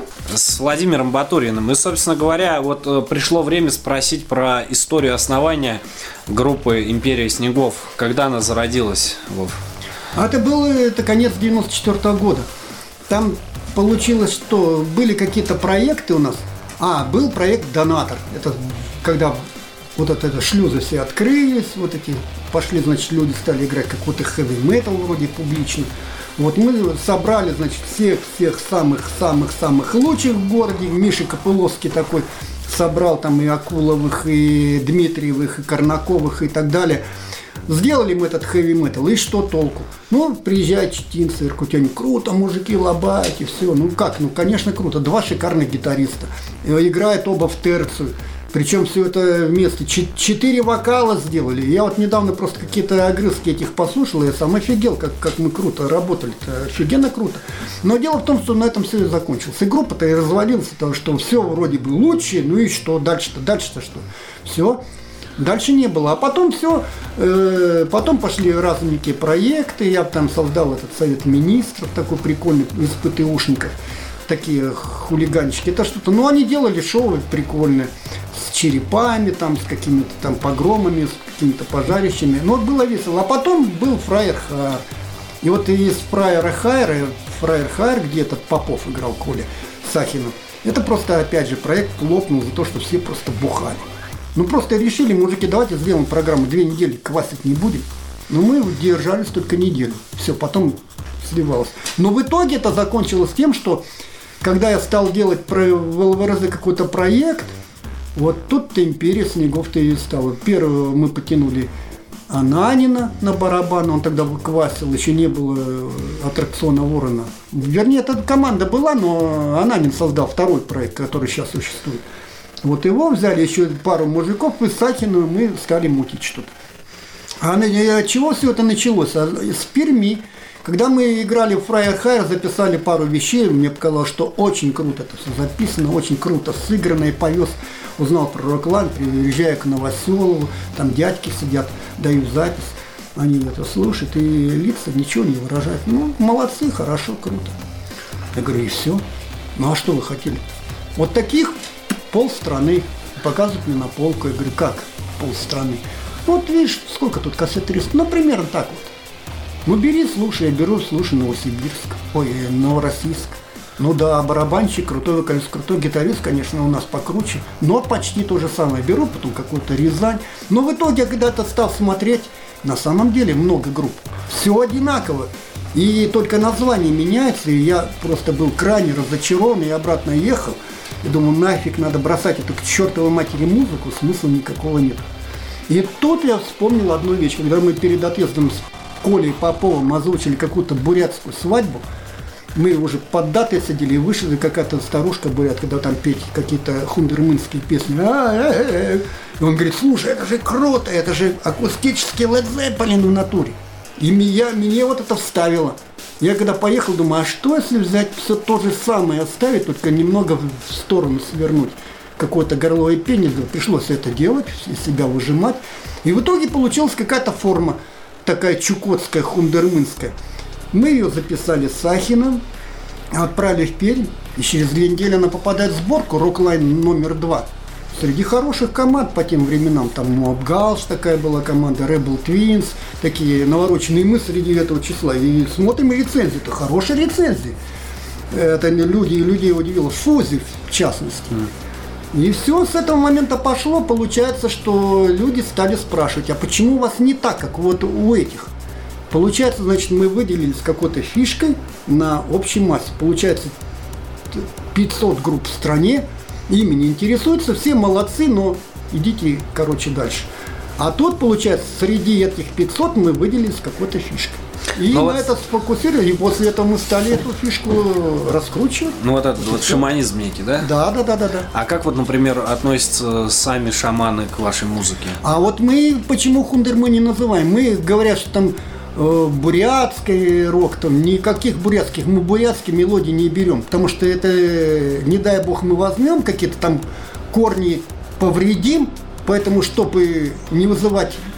с Владимиром Батуриным. И, собственно говоря, вот пришло время спросить про историю основания группы «Империя снегов». Когда она зародилась, Вов? А это было это конец девяносто четвёртого года. Там получилось, что были какие-то проекты у нас. А, был проект «Донатор». Это когда вот это, это шлюзы все открылись, вот эти пошли, значит, люди стали играть какой-то хэви-метал вроде публично. Вот мы собрали, значит, всех-всех самых-самых-самых лучших в городе. Миша Копыловский такой собрал там и Акуловых, и Дмитриевых, и Корнаковых, и так далее. Сделали мы этот хэви-метал, и что толку? Ну, приезжают читинцы, иркутяне, круто, мужики лобаете, все. Ну как, ну конечно круто, два шикарных гитариста, играют оба в терцию. Причем все это вместе. Четыре вокала сделали. Я вот недавно просто какие-то огрызки этих послушал, я сам офигел, как, как мы круто работали-то. Офигенно круто. Но дело в том, что на этом все и закончилось. И группа-то и развалилась, потому что все вроде бы лучше, ну и что дальше-то, дальше-то что? Все. Дальше не было. А потом все, э, потом пошли разные некие проекты. Я там создал этот совет министров, такой прикольный, из ПТУшников. Такие хулиганчики. Это что-то, ну они делали шоу прикольные. С черепами, там, с какими-то там погромами, с какими-то пожарищами. Ну, вот было весело. А потом был Фраер Хайр. И вот из Фраера Хайра, Фраер Хайр, где этот Попов играл, Коля Сахинов, это просто, опять же, проект лопнул за то, что все просто бухали. Ну, просто решили, мужики, давайте сделаем программу, две недели квасить не будем. Но мы держались только неделю. Все, потом сливалось. Но в итоге это закончилось тем, что когда я стал делать про в ЛВРЗ какой-то проект, вот тут-то «Империя снегов-то и стала. Первого мы потянули Ананина на барабан, он тогда выквасил, еще не было аттракциона Ворона. Вернее, эта команда была, но Ананин создал второй проект, который сейчас существует. Вот его взяли, еще пару мужиков, и Сахину мы стали мутить что-то. А от чего все это началось? С Перми. Когда мы играли в Фраер Хайр, записали пару вещей, мне показалось, что очень круто это все записано, очень круто сыграно, и повез, узнал про Роклайн, приезжая к Новоселову, там дядьки сидят, дают запись, они это слушают, и лица ничего не выражают. Ну, молодцы, хорошо, круто. Я говорю, и все. Ну, а что вы хотели? Вот таких полстраны. Показывают мне на полку, я говорю, как полстраны? Вот видишь, сколько тут кассет триста, ну, примерно так вот. Ну, бери, слушай, я беру, слушай, Новосибирск, ой, Новороссийск. Ну да, барабанщик, крутой вокалист, крутой гитарист, конечно, у нас покруче, но почти то же самое. Беру, потом какую-то Рязань. Но в итоге, когда-то стал смотреть, на самом деле много групп. Все одинаково. И только название меняется, и я просто был крайне разочарован, и обратно ехал. И думаю, нафиг, надо бросать эту к чертовой матери музыку, смысла никакого нет. И тут я вспомнил одну вещь, когда мы перед отъездом с Колей Поповым озвучили какую-то бурятскую свадьбу. Мы уже под датой сидели, и вышла какая-то старушка бурят, когда там петь какие-то хундермынские песни. И он говорит, слушай, это же круто, это же акустический Led Zeppelin в натуре. И меня, меня вот это вставило. Я когда поехал, думаю, а что если взять все то же самое, оставить, только немного в сторону свернуть, какое-то горловое пение, пришлось это делать, из себя выжимать. И в итоге получилась какая-то форма, такая чукотская, хундермынская. Мы ее записали с Сахиным, отправили в Пермь, и через две недели она попадает в сборку «Роклайн номер два». Среди хороших команд по тем временам, там Мобгалш такая была команда, Rebel Twins, такие навороченные мы среди этого числа. И смотрим рецензии, это хорошие рецензии. Это люди, людей удивило, Фузи в частности. И все с этого момента пошло, получается, что люди стали спрашивать, а почему у вас не так, как вот у этих? Получается, значит, мы выделились какой-то фишкой на общей массе. Получается, пятьсот групп в стране, ими не интересуются, все молодцы, но идите, короче, дальше. А тут, получается, среди этих пятисот мы выделились какой-то фишкой. И но на вот... это сфокусировали, и после этого мы стали эту фишку раскручивать. Ну вот этот вот шаманизм некий, да? Да, да, да, да, да. А как вот, например, относятся сами шаманы к вашей музыке? А вот мы почему хундер мы не называем? Мы говорят, что там э, бурятский рок, там никаких бурятских, мы бурятские мелодии не берем, потому что это, не дай бог, мы возьмем какие-то там корни, повредим, поэтому, чтобы не вызывать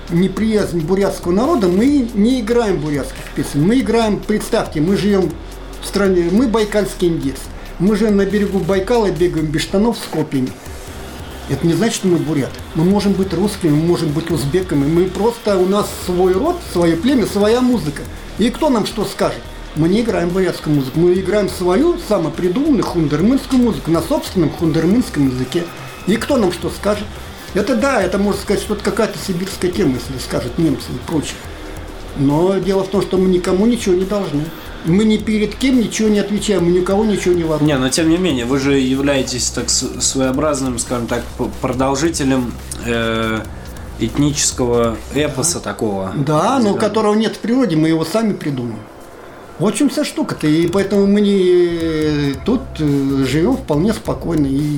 неприязнь бурятского народа, мы не играем бурятских песен. Мы играем, представьте, мы живем в стране, мы байкальский индейцы. Мы же на берегу Байкала бегаем без штанов с копьями. Это не значит, что мы буряты. Мы можем быть русскими, мы можем быть узбеками. Мы просто, у нас свой род, свое племя, своя музыка. И кто нам что скажет? Мы не играем бурятскую музыку. Мы играем свою, самопридуманную хундермынскую музыку на собственном хундермынском языке. И кто нам что скажет? Это да, это можно сказать, что это какая-то сибирская тема, если скажут немцы и прочее. Но дело в том, что мы никому ничего не должны. Мы ни перед кем ничего не отвечаем, мы никого ничего не воруем. Не, но тем не менее, вы же являетесь так своеобразным, скажем так, продолжителем э, этнического эпоса такого. Да, но которого нет в природе, мы его сами придумаем. Вот в чем вся штука-то, и поэтому мы не тут живем вполне спокойно. И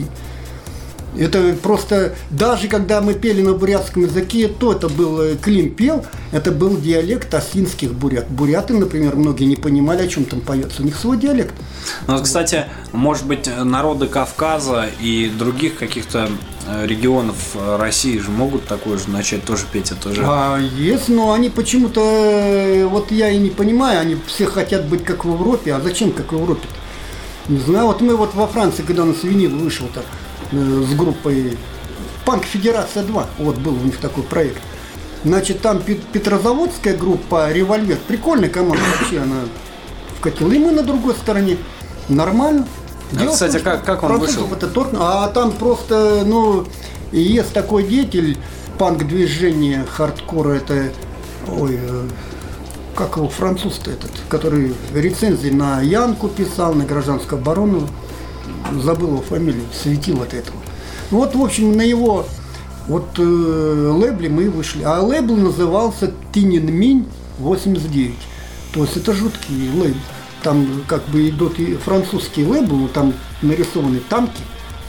это просто, даже когда мы пели на бурятском языке, то это был, Клим пел, это был диалект осинских бурят. Буряты, например, многие не понимали, о чем там поется, у них свой диалект. Ну, кстати, может быть, народы Кавказа и других каких-то регионов России же могут такое же начать тоже петь, это же... А есть, но они почему-то, вот я и не понимаю, они все хотят быть как в Европе, а зачем как в Европе-то? Не знаю, вот мы вот во Франции, когда у нас винил вышел-то, с группой Панк Федерация два, вот был у них такой проект. Значит, там петрозаводская группа Револьвер, прикольная команда вообще, она вкатила. И мы на другой стороне, нормально. А, кстати, как, как он вышел? Это торт, а там просто, ну, есть такой деятель панк-движения, хардкора, это, ой, как его, француз-то этот, который рецензии на Янку писал, на гражданскую оборону. Забыл его фамилию, светил от этого. Вот, в общем, на его вот э, лейбле мы вышли. А лейбл назывался Тиньаньминь восемьдесят девять. То есть это жуткий лейбл. Там как бы идут и французские лейблы, там нарисованы танки.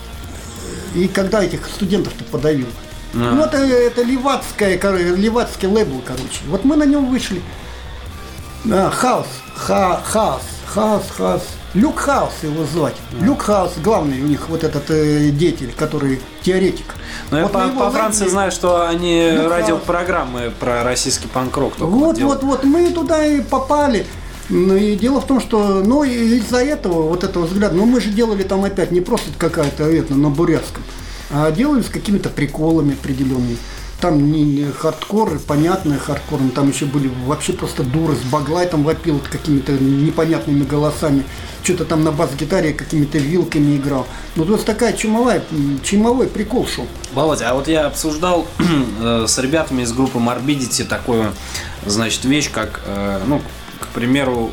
И когда этих студентов-то подавил. А. Ну, это, это левацкая, левацкий лейбл, короче. Вот мы на нем вышли. А, хаос, ха, хаос, хаос, хаос. Люк Хаус его звать. Yeah. Люк Хаус, главный у них вот этот э, деятель, который теоретик. Но вот я по, по Франции лайк... знаю, что они Люк радиопрограммы Хаус. Про российский панк-рок. Вот, вот, вот, мы туда и попали. Ну, и дело в том, что, ну, из-за этого, вот этого взгляда, ну, мы же делали там опять не просто какая-то этно на бурятском, а делали с какими-то приколами определенными. Там не хардкор, понятный хардкор, но там еще были вообще просто дуры, с Баглай там вопил какими-то непонятными голосами, что-то там на бас-гитаре какими-то вилками играл. Ну, то есть такая чумовая, чумовой прикол шел. Володя, а вот я обсуждал с ребятами из группы Morbidity такую, значит, вещь, как, ну, к примеру,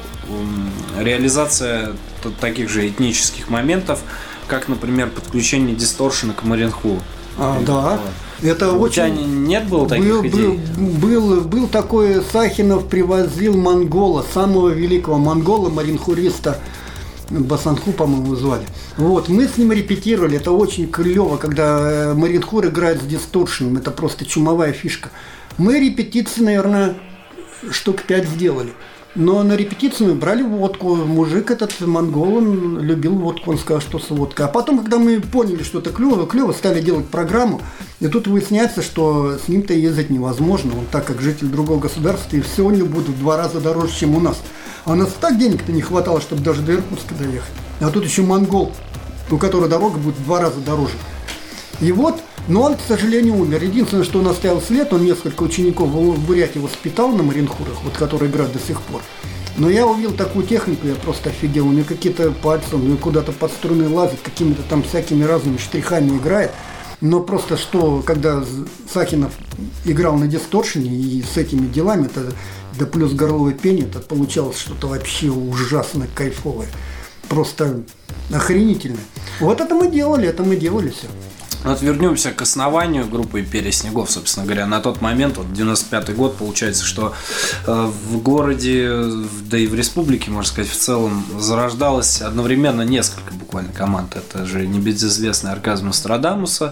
реализация таких же этнических моментов, как, например, подключение дисторшена к Маринху. А, да. Это у очень... тебя нет было таких был, идей? Был, был, был такой, Сахинов привозил монгола, самого великого монгола, маринхуриста, Басанху, по-моему, звали. Вот, мы с ним репетировали, это очень клево, когда маринхур играет с дисторшеном, это просто чумовая фишка. Мы репетиции, наверное, штук пять сделали. Но на репетицию мы брали водку. Мужик этот, монгол, он любил водку, он сказал, что с водкой. А потом, когда мы поняли, что это клево, клево, стали делать программу, и тут выясняется, что с ним-то ездить невозможно. Он так как житель другого государства, и все у него будет в два раза дороже, чем у нас. А у нас так денег-то не хватало, чтобы даже до Иркутска доехать. А тут еще монгол, у которого дорога будет в два раза дороже. И вот, но он, к сожалению, умер. Единственное, что он оставил след, он несколько учеников в Бурятии воспитал на маринхурах, вот, которые играют до сих пор. Но я увидел такую технику, я просто офигел. У него какие-то пальцы, он куда-то под струны лазит, какими-то там всякими разными штрихами играет. Но просто что, когда Сахинов играл на дисторшене и с этими делами, это, да плюс горловое пение, это получалось что-то вообще ужасно кайфовое. Просто охренительно. Вот это мы делали, это мы делали все. Вот вернемся к основанию группы «Империя снегов», собственно говоря. На тот момент, вот девяносто пятый год, получается, что э, в городе, да и в республике, можно сказать, в целом, зарождалось одновременно несколько буквально команд. Это же небезызвестный «Оргазм Нострадамуса»,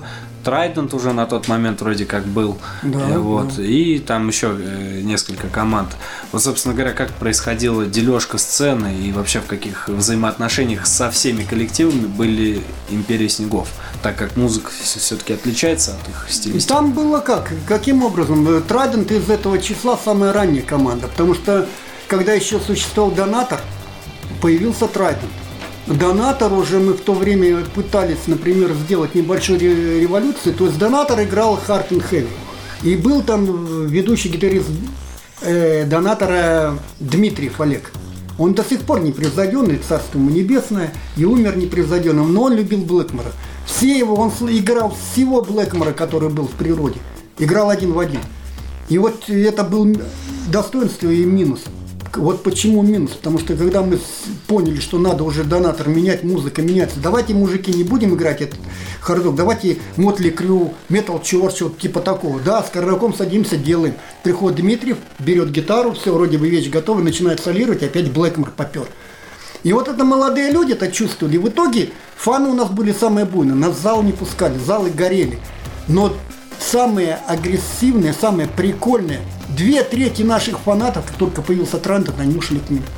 Trident уже на тот момент вроде как был. Да, э, вот. да. И там еще э, несколько команд. Вот, собственно говоря, как происходила дележка сцены и вообще в каких взаимоотношениях со всеми коллективами были Империя Снегов, так как музыка все-таки отличается от их стилистики. Там было как? Каким образом? Trident из этого числа самая ранняя команда, потому что когда еще существовал Донатор, появился Trident. Донатор уже мы в то время пытались, например, сделать небольшую революцию, то есть Донатор играл Hard and Heavy. И был там ведущий гитарист э, Донатора Дмитриев Олег. Он до сих пор непревзойденный, царство ему небесное, и умер непревзойденным, но он любил Блэкмора. Все его, он играл всего Блэкмора, который был в природе. Играл один в один. И вот это был достоинство и минус. Вот почему минус? Потому что когда мы поняли, что надо уже Донатор менять, музыка меняется, давайте, мужики, не будем играть этот хардок, давайте Мотли Крю, Метал Чорч, вот типа такого. Да, с Карлаком садимся, делаем. Приходит Дмитриев, берет гитару, все, вроде бы вещь готова, начинает солировать, опять Блэкмор попер. И вот это молодые люди это чувствовали. И в итоге фаны у нас были самые буйные. Нас в зал не пускали, залы горели. Но самые агрессивные, самые прикольные, две трети наших фанатов, как только появился Trident, они ушли к ним.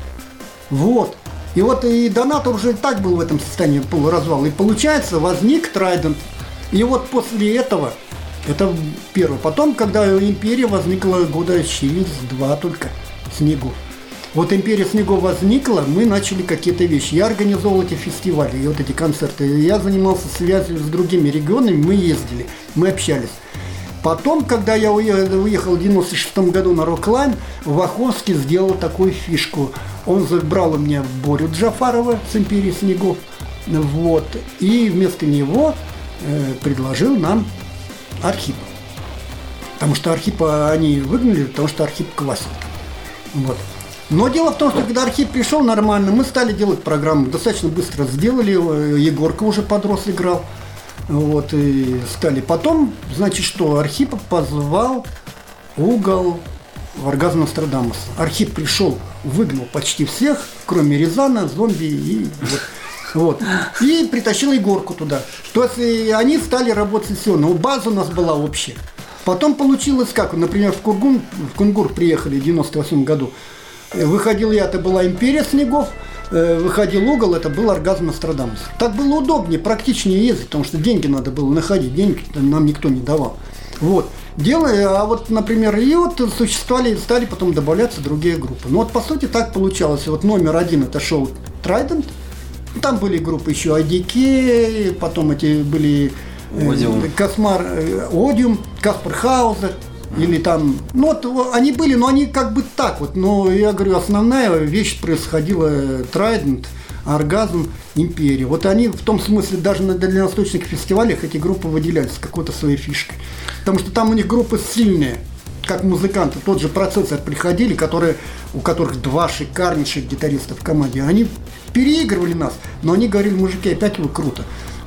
Вот. И вот и Донатор уже и так был в этом состоянии полуразвала. И получается, возник Trident. И вот после этого, это первое. Потом, когда Империя возникла года через два только, Снегов. Вот Империя Снегов возникла, мы начали какие-то вещи. Я организовал эти фестивали и вот эти концерты. Я занимался связью с другими регионами, мы ездили, мы общались. Потом, когда я уехал в девяносто шестом году на Рок-Лайн, Ваховский сделал такую фишку. Он забрал у меня Борю Джафарова с Империи Снегов, вот, и вместо него э, предложил нам Архипа. Потому что Архипа они выгнали, потому что Архип квасил. Вот. Но дело в том, что когда Архип пришел нормально, мы стали делать программу, достаточно быстро сделали, Егорка уже подрос, играл. Вот, и стали. Потом, значит, что, Архипа позвал Угол в Оргазм Нострадамуса. Архип пришел, выгнал почти всех, кроме Рязана, Зомби и вот. Вот. И притащил Егорку туда. То есть они стали работать сессионно. База у нас была общая. Потом получилось как, например, в Кургун, в Кунгур приехали в девяносто восьмом году. Выходил я, это была Империя Снегов. Выходил Угол, это был Оргазм Нострадамус. Так было удобнее, практичнее ездить, потому что деньги надо было находить, деньги нам никто не давал. Вот. Дело, а вот, например, и вот существовали, стали потом добавляться другие группы. Ну вот, по сути, так получалось. Вот номер один это шоу Trident, там были группы еще ай ди кей, потом эти были э, Космар, э, Одиум, Каспер Хаузер. Или там, ну вот они были, но они как бы так вот, но я говорю, основная вещь происходила Trident, Оргазм, Империя. Вот они в том смысле даже на дальневосточных фестивалях эти группы выделялись какой-то своей фишкой. Потому что там у них группы сильные, как музыканты, тот же Процессор приходили, которые, у которых два шикарнейших гитариста в команде. Они переигрывали нас, но они говорили, мужики, опять вы круто.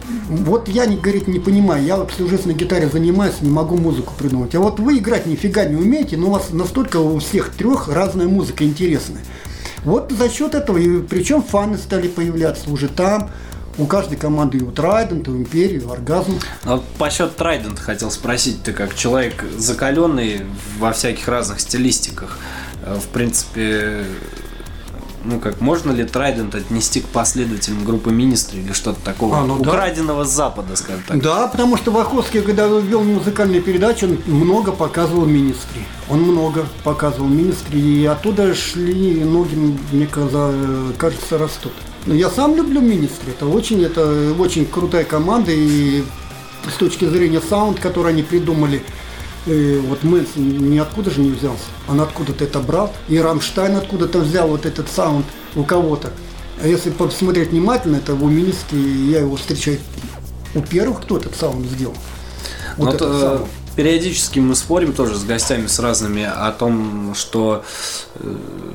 Вот я, не, говорит, не понимаю, я вот всю жизнь на гитаре занимаюсь, не могу музыку придумать. А вот вы играть нифига не умеете, но у вас настолько у всех трех разная музыка интересная. Вот за счет этого, и причем фаны стали появляться уже там, у каждой команды и у Trident, и у Империи, и у Оргазм. А вот по счету Trident хотел спросить, ты как человек закаленный во всяких разных стилистиках, в принципе... Ну как, можно ли Trident отнести к последователям группы Ministry или что-то такого, а, ну, украденного да. с Запада, скажем так? Да, потому что Ваховский, когда вел музыкальные передачи, он много показывал Ministry. Он много показывал Ministry, и оттуда шли ноги, мне кажется, растут. Но я сам люблю Ministry, это очень, это очень крутая команда, и с точки зрения саунд, который они придумали, и вот Мэнсон ниоткуда же не взялся, он откуда-то это брал, и Рамштайн откуда-то взял вот этот саунд у кого-то. А если посмотреть внимательно, это в Уминске, я его встречаю у первых, кто этот саунд сделал. Вот этот э, саунд. Периодически мы спорим тоже с гостями, с разными, о том, что э,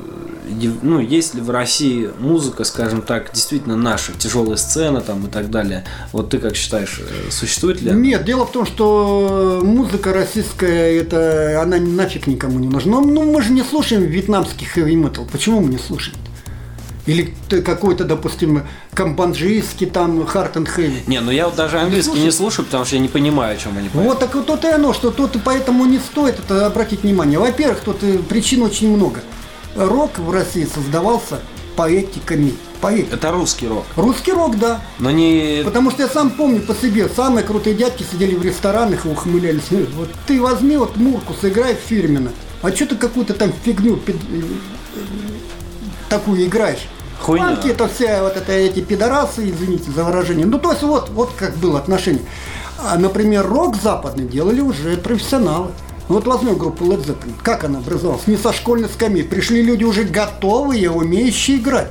ну, есть ли в России музыка, скажем так, действительно наша, тяжелая сцена там и так далее. Вот ты как считаешь, существует ли она? Нет, дело в том, что музыка российская, это она нафиг никому не нужна. Но ну, мы же не слушаем вьетнамский хэви-метал. Почему мы не слушаем? Или какой-то, допустим, камбоджийский там Hard and Heavy. Не, ну я вот даже английский не слушаю, потому что я не понимаю, о чем они поют. Вот так вот то и оно, что тут поэтому не стоит это обратить внимание. Во-первых, тут причин очень много. Рок в России создавался поэтиками. Поэт. Это русский рок. Русский рок, да. Но не... Потому что я сам помню по себе, самые крутые дядьки сидели в ресторанах и ухмылялись. Вот ты возьми вот Мурку, сыграй фирменно. А что ты какую-то там фигню пид... такую играешь? Хуйня. Панки, это все вот это, эти пидорасы, извините за выражение. Ну, то есть вот, вот как было отношение. А, например, рок западный делали уже профессионалы. Вот возьмем группу Led Zeppelin. Как она образовалась? Не со школьной скамьи. Пришли люди уже готовые, умеющие играть.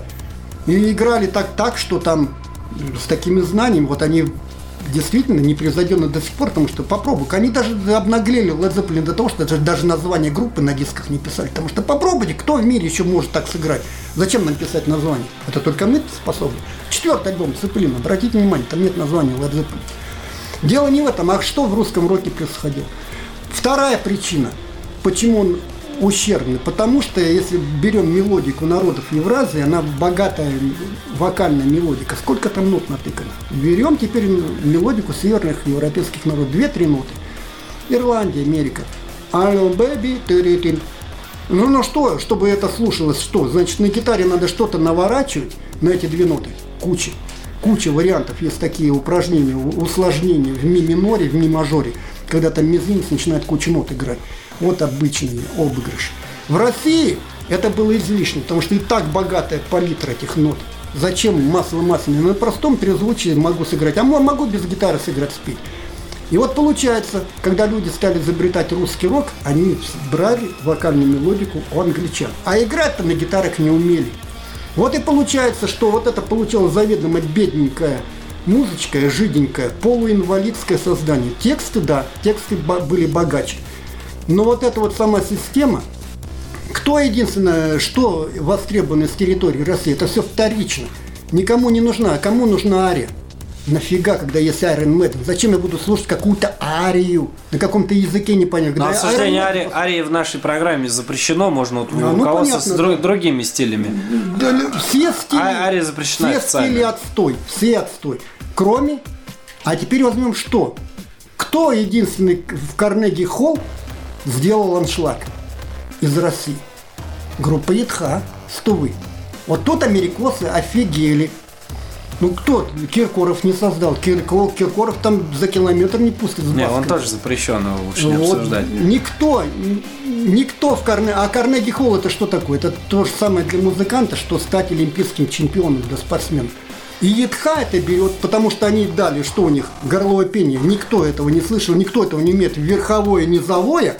И играли так, так, что там с такими знаниями, вот они действительно непревзойденны до сих пор, потому что попробуй-ка, они даже обнаглели Led Zeppelin до того, что даже название группы на дисках не писали, потому что попробуйте, кто в мире еще может так сыграть, зачем нам писать название, это только мы способны. Четвертый альбом Zeppelin, обратите внимание, там нет названия Led Zeppelin. Дело не в этом, а что в русском роке происходило. Вторая причина, почему он ущербный, потому что если берем мелодику народов Евразии, она богатая вокальная мелодика. Сколько там нот натыкано? Берем теперь мелодику северных европейских народов. Две-три ноты. Ирландия, Америка. Алло, бэби, тыритин. Ну, ну что, чтобы это слушалось, что? Значит, на гитаре надо что-то наворачивать на эти две ноты. Куча. Куча вариантов. Есть такие упражнения, усложнения в ми миноре, в ми мажоре, когда там мизинец начинает кучу нот играть. Вот обычный обыгрыш. В России это было излишне, потому что и так богатая палитра этих нот. Зачем масло-масляное? На простом трезвучии могу сыграть, а могу без гитары сыграть, спеть. И вот получается, когда люди стали изобретать русский рок, они брали вокальную мелодику у англичан. А играть-то на гитарах не умели. Вот и получается, что вот это получилось заведомо бедненькая музычка, жиденькое, полуинвалидское создание. Тексты, да, тексты были богаче. Но вот эта вот сама система, кто единственное, что востребовано с территории России, это все вторично. Никому не нужна. Кому нужна ария? Нафига, когда есть Iron Maiden? Зачем я буду слушать какую-то арию на каком-то языке непонятном? Но обсуждение арии, арии в нашей программе запрещено, можно вот а, руководствоваться ну, с друг, другими стилями. Да, все стили, а, ария запрещена все официально. стили отстой, все отстой. Кроме, а теперь возьмем что? Кто единственный в Карнеги Холл сделал аншлаг из России? Группа ЕТХ, Стувы. Вот тут америкосы офигели. Ну кто? Киркоров не создал. Киркоров, Киркоров там за километр не пустит. Не, он тоже запрещен, его лучше не вот обсуждать. Никто, никто в Карнеги... А Карнеги Холл это что такое? Это то же самое для музыканта, что стать олимпийским чемпионом для спортсменов. И ЕТХ это берет, потому что они дали, что у них? Горловое пение. Никто этого не слышал, никто этого не умеет. Верховое, низовое.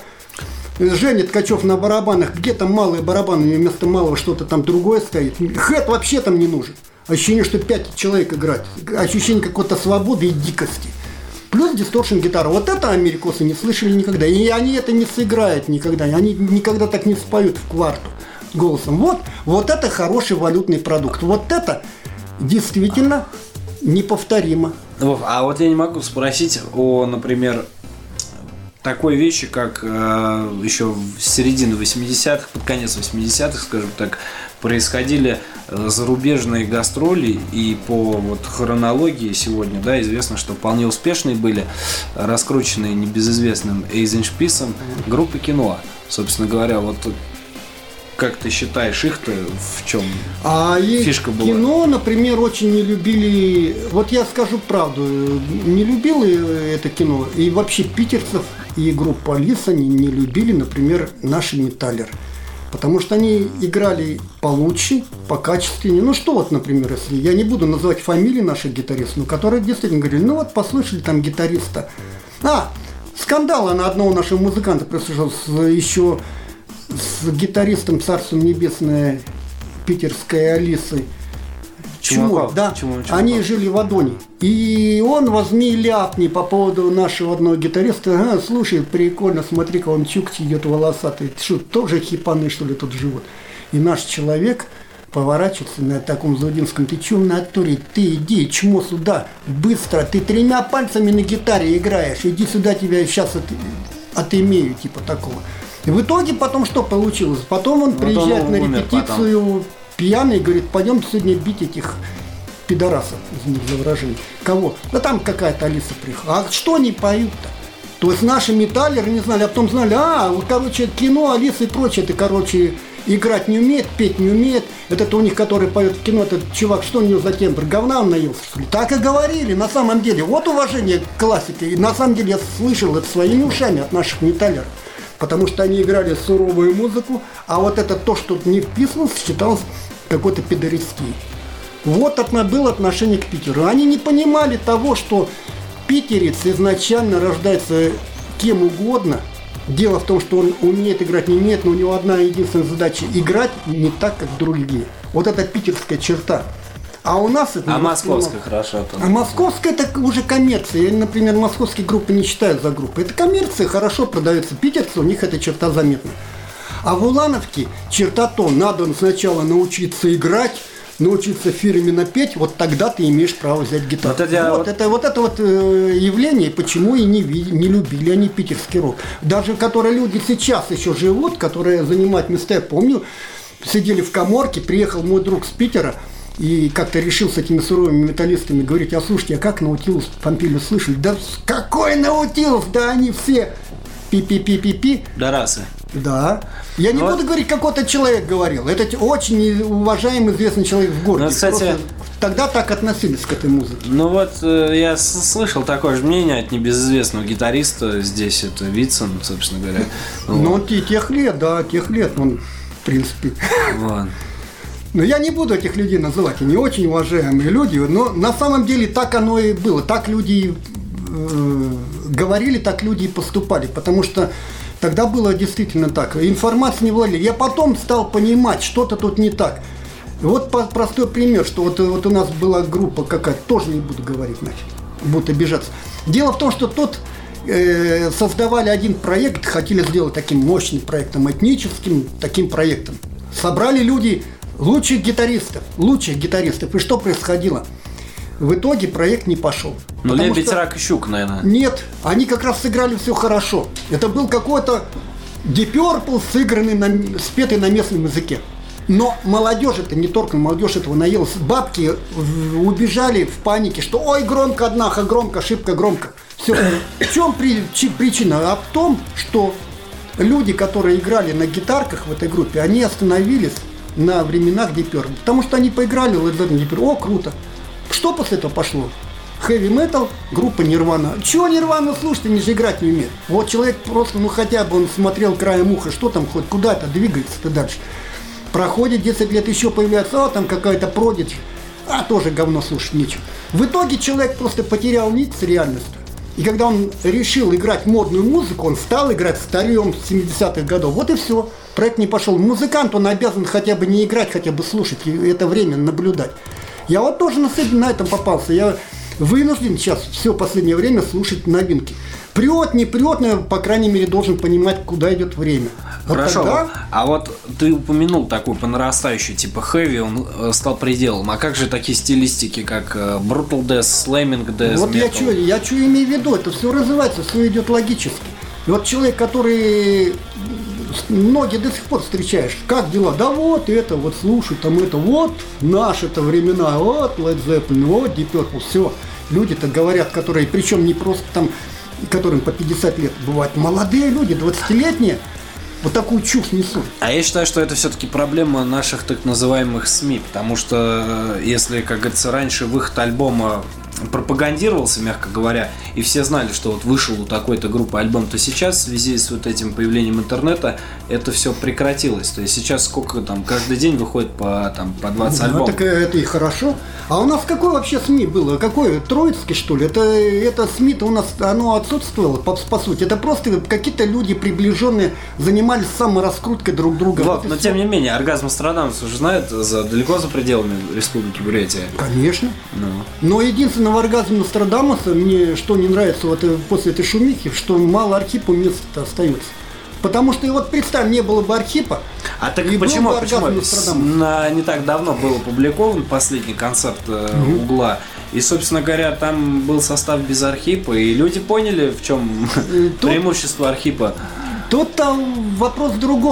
Женя Ткачев на барабанах. Где там малые барабаны, вместо малого что-то там другое стоит. Хэт вообще там не нужен. Ощущение, что пять человек играть. Ощущение какой-то свободы и дикости. Плюс дисторшн гитара. Вот это америкосы не слышали никогда. И они это не сыграют никогда. Они никогда так не споют в кварту голосом. Вот, вот это хороший валютный продукт. Вот это действительно неповторимо. Вов, а вот я не могу спросить о, например, такой вещи, как э, еще с середины восьмидесятых, под конец восьмидесятых, скажем так, происходили зарубежные гастроли, и по вот хронологии сегодня, да, известно, что вполне успешные были, раскрученные небезызвестным Эйзеншписом группы Кино. Собственно говоря, вот как ты считаешь, их-то в чем а фишка была? Кино, например, очень не любили, вот я скажу правду, не любили это кино, и вообще питерцев и группу Алиса не, не любили, например, наши Металлер. Потому что они играли получше, покачественнее. Ну что вот, например, если я не буду называть фамилии наших гитаристов, но которые действительно говорили, ну вот послушали там гитариста. А, скандал на одного нашего музыканта произошел с, еще с гитаристом Царством Небесное питерской Алисы. Чумаков, да, Чумаков. Они жили в Адоне. И он возьми ляпни по поводу нашего одного гитариста. Ага, слушай, прикольно, смотри-ка, он чукчи идет волосатый. Ты что, тоже хипаны, что ли, тут живут? И наш человек поворачивается на таком заудинском: ты че в натуре? Ты иди, чмо сюда, быстро, ты тремя пальцами на гитаре играешь, иди сюда, тебя сейчас от, отымею, типа такого. И в итоге потом что получилось? Потом он вот приезжает он на умер репетицию, пьяный, говорит, пойдем сегодня бить этих пидорасов, извините за выражение. Кого? Да там какая-то Алиса приехала. А что они поют-то? То есть наши металлеры не знали, а потом знали, а, вот, короче, кино, Алиса и прочее, это, короче, играть не умеет, петь не умеет. Это у них, который поет в кино, этот чувак, что у него за тембр, говна он наелся, что ли? Так и говорили, на самом деле. Вот уважение к классике. И на самом деле я слышал это своими ушами от наших металлеров. Потому что они играли суровую музыку, а вот это то, что не вписывалось, считалось какой-то пидористией. Вот это было отношение к Питеру. Они не понимали того, что питерец изначально рождается кем угодно. Дело в том, что он умеет играть, не умеет, но у него одна единственная задача – играть не так, как другие. Вот это питерская черта. А у нас это... А московская хорошо. А московская это уже коммерция. Я, например, московские группы не считаю за группы. Это коммерция, хорошо продается. Питерцы, у них эта черта заметна. А в Улановке черта то, надо сначала научиться играть, научиться фирменно петь, вот тогда ты имеешь право взять гитару. Вот, это, вот, вот... Это, вот это вот э, явление, почему и не, не любили они питерский рок. Даже которые люди сейчас еще живут, которые занимают места, я помню, сидели в каморке, приехал мой друг с Питера, и как-то решил с этими суровыми металлистами говорить, а слушайте, а как Наутилус Помпилио слышали? Да какой Наутилус? Да они все пи-пи-пи-пи-пи. Да расы. Да. Я не вот. буду говорить, какой-то человек говорил. Это очень уважаемый, известный человек в городе. Ну, кстати, тогда так относились к этой музыке. Ну вот, я слышал такое же мнение от небезызвестного гитариста здесь, это Вицин, собственно говоря. Ну, вот. тех лет, да, тех лет он, в принципе. Вот. Но я не буду этих людей называть, они очень уважаемые люди, но на самом деле так оно и было, так люди э, говорили, так люди и поступали, потому что тогда было действительно так, информации не владели. Я потом стал понимать, что-то тут не так. Вот простой пример, что вот, вот у нас была группа какая-то, тоже не буду говорить, значит, будут обижаться. Дело в том, что тот э, создавали один проект, хотели сделать таким мощным проектом, этническим таким проектом. Собрали люди лучших гитаристов, лучших гитаристов. И что происходило? В итоге проект не пошел. Ну, Лебедь, что... Рак и Щук, наверное. Нет, они как раз сыграли все хорошо. Это был какой-то Deep Purple, сыгранный, на... спетый на местном языке. Но молодежь это не только молодежь этого наелась. Бабки убежали в панике, что ой, громко, однако, громко, шибко, громко. Все. В чем причина? А в том, что люди, которые играли на гитарках в этой группе, они остановились на временах Deep Purple, потому что они поиграли в Deep Purple, о, круто. Что после этого пошло? Heavy Metal, группа Nirvana. Чего Nirvana слушать, они же играть не умеют. Вот человек просто, ну хотя бы он смотрел краем уха, что там хоть, куда это двигается-то дальше. Проходит десять лет, еще появляется, а там какая-то Prodigy, а тоже говно слушать нечего. В итоге человек просто потерял нить с реальностью. И когда он решил играть модную музыку, он стал играть старьем семидесятых годов. Вот и все. Проект не пошел. Музыкант, он обязан хотя бы не играть, хотя бы слушать, и это время наблюдать. Я вот тоже на этом попался. Я вынужден сейчас все последнее время слушать новинки. Прет, не прет, но я, по крайней мере, должен понимать, куда идет время. Вот хорошо, тогда... а вот ты упомянул такую по нарастающей, типа хэви, он стал пределом. А как же такие стилистики, как Brutal Death, Slamming Death? Вот я что, я что имею в виду, это все развивается, все идет логически. И вот человек, который... Многие до сих пор встречаешь, как дела? Да вот это, вот слушай, там это, вот наши-то времена, вот Led Zeppelin, вот Deep Purple, все. Люди-то говорят, которые, причем не просто там, которым по пятьдесят лет, бывают молодые люди, двадцатилетние, вот такую чушь несут. А я считаю, что это все-таки проблема наших так называемых СМИ, потому что если, как говорится, раньше выход альбома пропагандировался, мягко говоря, и все знали, что вот вышел у такой-то группы альбом, то сейчас в связи с вот этим появлением интернета это все прекратилось. То есть сейчас сколько там каждый день выходит по, там, по двадцать ну, альбомов. Так это и хорошо. А у нас какой вообще СМИ было? Какой? Троицкий, что ли? Это, это СМИ-то у нас оно отсутствовало, по, по сути. Это просто какие-то люди приближенные занимались самораскруткой друг друга. Вот, вот но все. тем не менее, Оргазм Астрадамус уже знает за, далеко за пределами Республики Бурятия. Конечно. Ну. Но единственное, в Оргазме Нострадамуса мне что не нравится вот после этой шумихи, что мало Архипу места остается. Потому что, и вот представь, не было бы Архипа. А так и почему? Был бы почему? На, не так давно был опубликован последний концерт э, mm-hmm. Угла. И, собственно говоря, там был состав без Архипа. И люди поняли, в чем Тут... преимущество Архипа. Тут там вопрос в другом.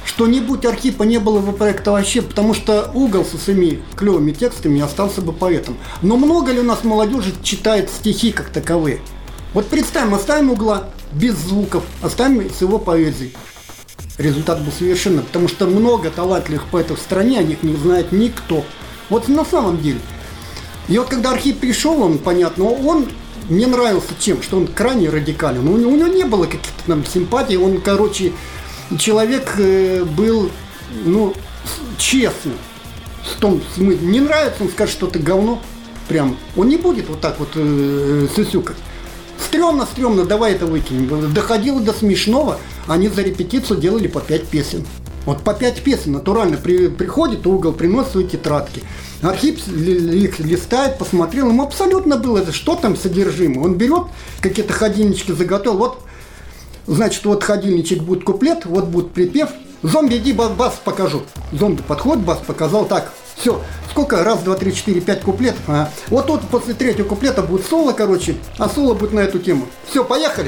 что не будь Архипа, не было бы проекта вообще, потому что Угол со своими клевыми текстами остался бы поэтом. Но много ли у нас молодежи читает стихи как таковые? Вот представим, оставим Угла без звуков, оставим с его поэзией. Результат был совершенно, потому что много талантливых поэтов в стране, о них не знает никто. Вот на самом деле. И вот когда Архип пришел, он, понятно, он мне нравился чем? Что он крайне радикален. У него, у него не было каких-то там симпатий, он, короче, человек э, был, ну, честный. В том смысле, не нравится, он скажет, что ты говно. Прям. Он не будет вот так вот э, сюсюкать. Стрёмно, стрёмно, давай это выкинем. Доходило до смешного, они за репетицию делали по пять песен. Вот по пять песен натурально при, приходит Угол, приносит свои тетрадки. Архип их листает, посмотрел, ему абсолютно было, что там содержимое. Он берет какие-то ходильнички, заготовил, вот, значит, вот ходильничек будет куплет, вот будет припев. Зомби, иди бас покажу. Зомби подходит, бас показал, так, все. Сколько? Раз, два, три, четыре, пять куплетов. А. Вот тут после третьего куплета будет соло, короче, а соло будет на эту тему. Все, поехали.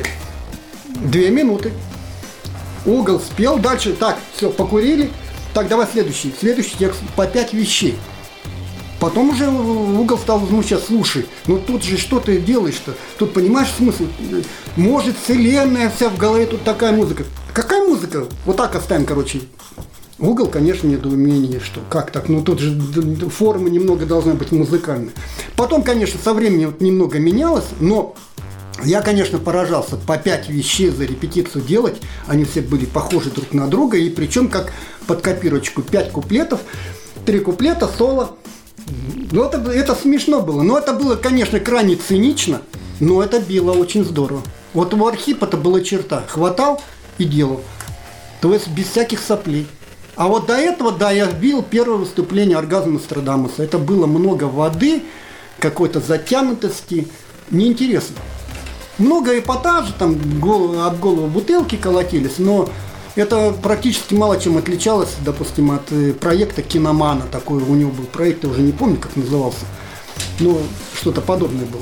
Две минуты. Угол спел, дальше, так, все, покурили. Так, давай следующий. Следующий текст по пять вещей. Потом уже Угол стал возмущаться, слушай, ну тут же что ты делаешь-то? Тут понимаешь смысл? Может, вселенная вся в голове, тут такая музыка. Какая музыка? Вот так оставим, короче. Угол, конечно, недоумение, что как так? Ну тут же форма немного должна быть музыкальной. Потом, конечно, со временем вот немного менялось, но я, конечно, поражался. По пять вещей за репетицию делать, они все были похожи друг на друга, и причем как под копирочку пять куплетов, три куплета, соло. Ну, это, это смешно было. Но это было, конечно, крайне цинично, но это било очень здорово. Вот у Архипа-то была черта. Хватал и делал. То есть без всяких соплей. А вот до этого, да, я бил первое выступление «Оргазм Нострадамуса». Это было много воды, какой-то затянутости. Неинтересно. Много эпатажа, там об голову бутылки колотились, но это практически мало чем отличалось, допустим, от проекта «Киномана». Такой у него был проект, я уже не помню, как назывался. Но что-то подобное было.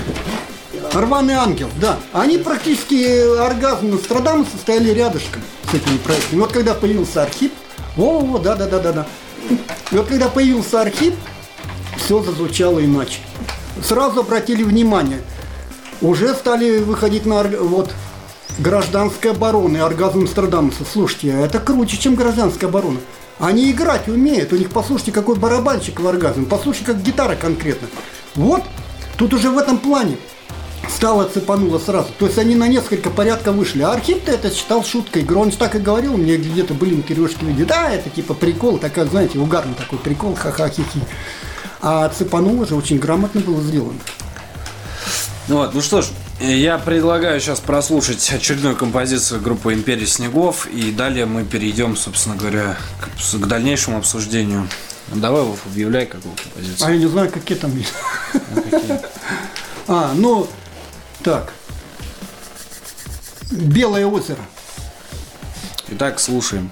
«Рваный ангел», да. Они практически «Оргазм Нострадамуса» стояли рядышком с этими проектами. Вот когда появился Архип, о, да-да-да-да-да. И вот когда появился Архип, все зазвучало иначе. Сразу обратили внимание, уже стали выходить на вот гражданская оборона и «Оргазм Нострадамуса». Слушайте, это круче, чем гражданская оборона. Они играть умеют. У них, послушайте, какой барабанщик в «Оргазме». Послушайте, как гитара конкретно. Вот, тут уже в этом плане стало цепануло сразу. То есть они на несколько порядков вышли. А Архип-то это считал шуткой. Он же так и говорил, мне где-то были интервьюшки видео. Да, это типа прикол, такая, знаете, угарный такой прикол, ха-ха-хи-хи. А цепануло же очень грамотно было сделано. Ну вот, ну что ж, я предлагаю сейчас прослушать очередную композицию группы «Империя снегов», и далее мы перейдем, собственно говоря, к, к дальнейшему обсуждению. Давай, Вов, объявляй, какую композицию. А я не знаю, какие там есть. А, какие? а ну, так. «Белое озеро». Итак, слушаем.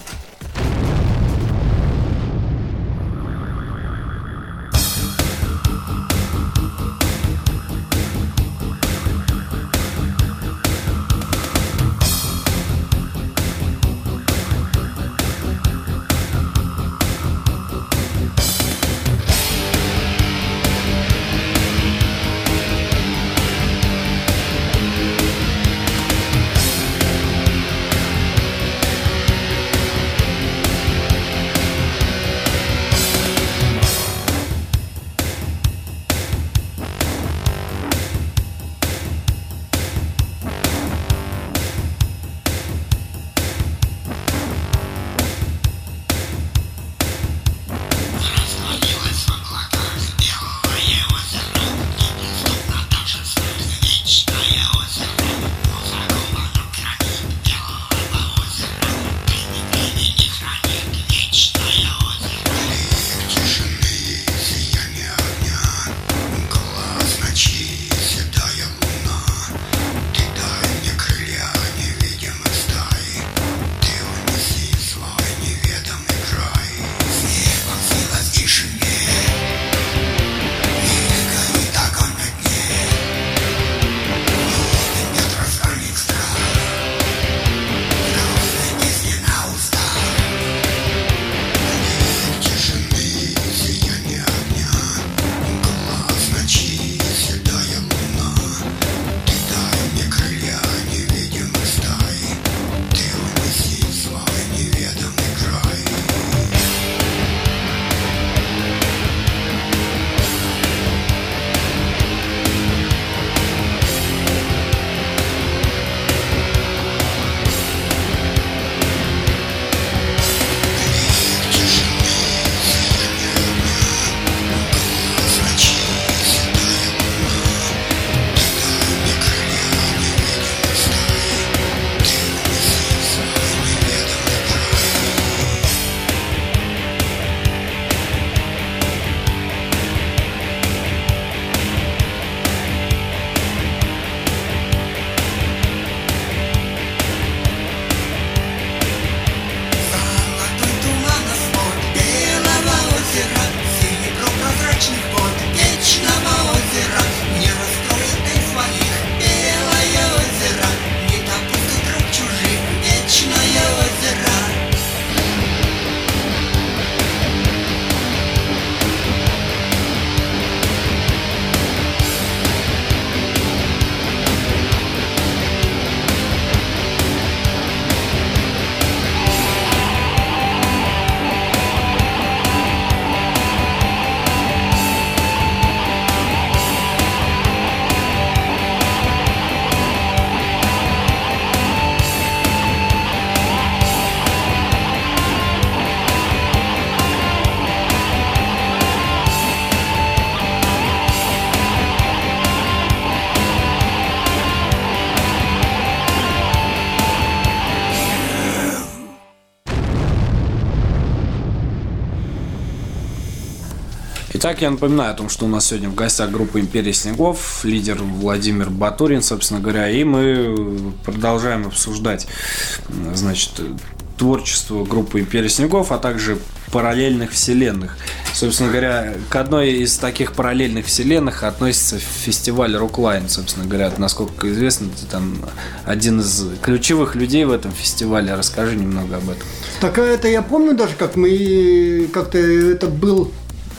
Итак, я напоминаю о том, что у нас сегодня в гостях группа «Империя снегов», лидер Владимир Батурин, собственно говоря, и мы продолжаем обсуждать, значит, творчество группы «Империя снегов», а также параллельных вселенных. Собственно говоря, к одной из таких параллельных вселенных относится фестиваль Rocline. Собственно говоря, насколько известно, ты там один из ключевых людей в этом фестивале. Расскажи немного об этом. Такая это я помню даже, как мы как-то это был,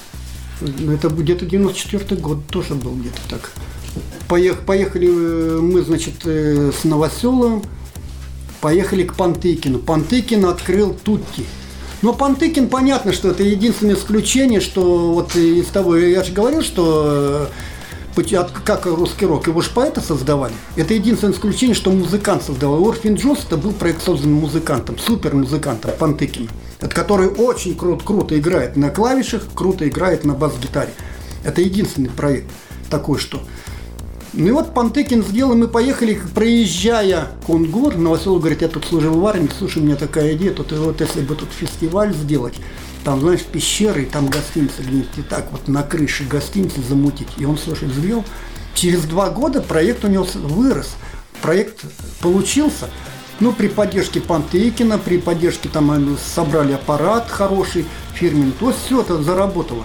это где-то девяносто четвёртый год тоже был где-то так. Поех, поехали мы, значит, с Новоселовым, поехали к Пантыкину. Пантыкин открыл Тутти. Но Пантыкин, понятно, что это единственное исключение, что вот из того, я же говорил, что как русский рок, его же поэты создавали. Это единственное исключение, что музыкант создавал. Орфин Джонс это был проект создан музыкантом, супер музыкантом Пантыкин, который очень крут, круто играет на клавишах, круто играет на бас-гитаре. Это единственный проект такой, что... Ну и вот Пантыкин сделал, мы поехали, проезжая Кунгур, Новоселов говорит, я тут служил в армии, слушай, у меня такая идея, тут, вот если бы тут фестиваль сделать, там, знаешь, пещеры, и там гостиница где-нибудь, и так вот на крыше гостиницы замутить. И он, слушай, сделал. Через два года проект у него вырос, проект получился, ну, при поддержке Пантыкина, при поддержке, там, собрали аппарат хороший, фирменный, то есть все это заработало.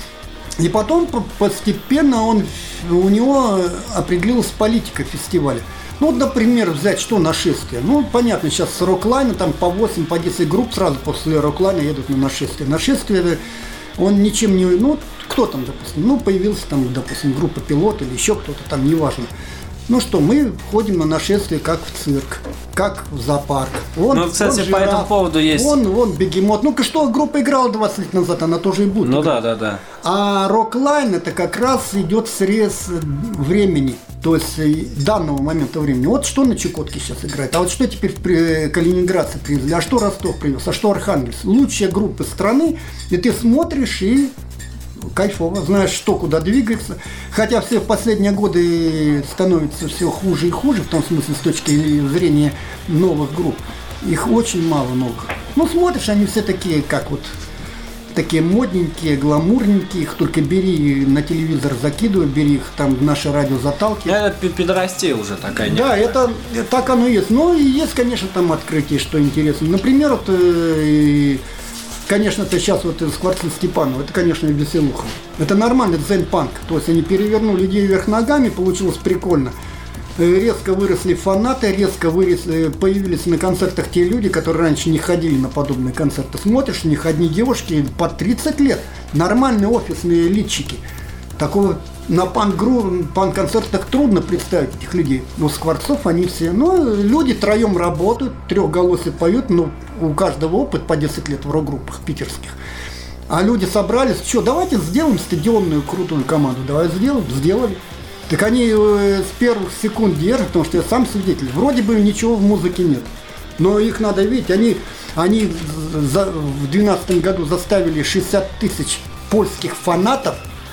И потом постепенно он, у него определилась политика фестиваля. Ну, вот, например, взять что нашествие. Ну, понятно, сейчас с Rocline там по восемь, по десять групп сразу после Rocline едут на нашествие. Нашествие, он ничем не... Ну, кто там, допустим? Ну, появился там, допустим, группа «Пилот» или еще кто-то там, неважно. Ну что, мы ходим на нашествие как в цирк, как в зоопарк. Он, ну, кстати, он по этому поводу есть... Он, он бегемот. Ну-ка, что группа играла двадцать лет назад, она тоже и будет. Ну играть. да, да, да. А Rocline это как раз идет срез времени, то есть данного момента времени. Вот что на Чукотке сейчас играет, а вот что теперь в Калининградце привезли, а что Ростов привез, а что Архангельск. Лучшие группы страны, и ты смотришь и... кайфово, знаешь, что куда двигается. Хотя все в последние годы становится все хуже и хуже, в том смысле, с точки зрения новых групп. Их очень мало новых. Ну, смотришь, они все такие, как вот, такие модненькие, гламурненькие, их только бери на телевизор закидывай, бери их там в наше радио заталкивай. Это пидорастия уже такая. Да, это так оно и есть. Ну, и есть, конечно, там открытие, что интересно. Например, вот... Э, Конечно, это сейчас вот из квартиры Степанова, это, конечно, веселуха. Это нормальный дзен-панк. То есть они перевернули людей вверх ногами, получилось прикольно. Резко выросли фанаты, резко выросли, появились на концертах те люди, которые раньше не ходили на подобные концерты. Смотришь, у них одни девушки по тридцать лет, нормальные офисные личики. Такого на панк-гру, панк-концертах трудно представить этих людей. Но Скворцов они все, ну, люди троем работают, трехголосые поют, но у каждого опыт по десять лет в рок-группах питерских. А люди собрались, что, давайте сделаем стадионную крутую команду. Давай сделаем, сделали. Так они э, с первых секунд держат, потому что я сам свидетель. Вроде бы ничего в музыке нет. Но их надо видеть. Они, они за, в две тысячи двенадцатом году заставили шестьдесят тысяч польских фанатов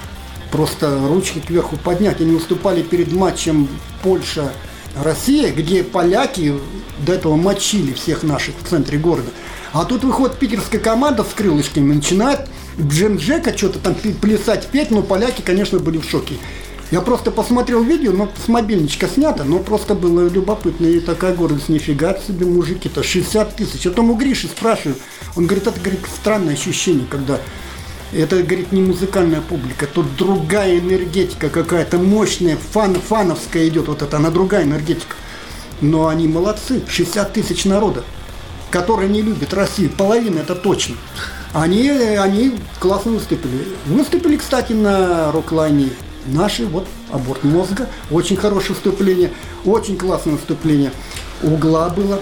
просто ручки кверху поднять. Они выступали перед матчем Польша-Россия, где поляки до этого мочили всех наших в центре города. А тут выходит питерская команда с крылышками, начинает Джем-Джека что-то там плясать, петь, но поляки, конечно, были в шоке. Я просто посмотрел видео, но с мобильничка снято, но просто было любопытно. И такая гордость, нифига себе, мужики-то, шестьдесят тысяч. Я там у Гриши спрашиваю, он говорит, это, говорит, странное ощущение, когда... Это, говорит, не музыкальная публика, тут другая энергетика какая-то мощная, фан, фановская идет, вот это, она другая энергетика. Но они молодцы, шестьдесят тысяч народа, которые не любят Россию, половина это точно. Они, они классно выступили. Выступили, кстати, на Rocline наши, вот, Аборт мозга, очень хорошее выступление, очень классное выступление. Угла было.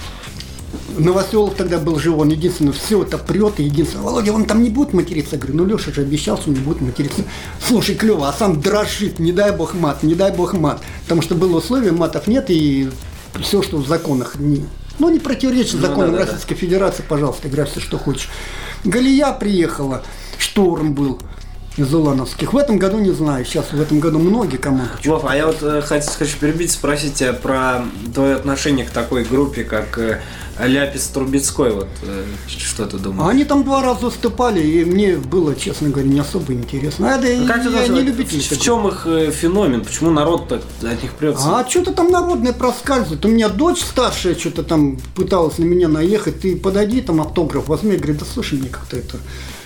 Новоселов тогда был жив, он единственное, все это прет, и единственное, Володя, он там не будет материться. Я говорю, ну Леша же обещал, что он не будет материться. Слушай, клево, а сам дрожит, не дай бог мат, не дай бог мат. Потому что было условие, матов нет, и все, что в законах, не, ну не противоречит ну, законам да, да, Российской да. Федерации, пожалуйста, играй все, что хочешь. Галия приехала, Шторм был. из улановских. В этом году не знаю, сейчас в этом году многие команды. Вов, а я вот э, хочу, хочу перебить, спросить тебя про твое отношение к такой группе, как э, Ляпис Трубецкой. Вот, э, что ты думаешь? Они там два раза выступали, и мне было, честно говоря, не особо интересно. А, да, ну, как я ты не думаешь, любитель. В, в чем их э, феномен? Почему народ так от них прется? А что-то там народное проскальзывает. У меня дочь старшая что-то там пыталась на меня наехать. Ты подойди, там автограф возьми. Я говорю, да слушай, мне как-то это...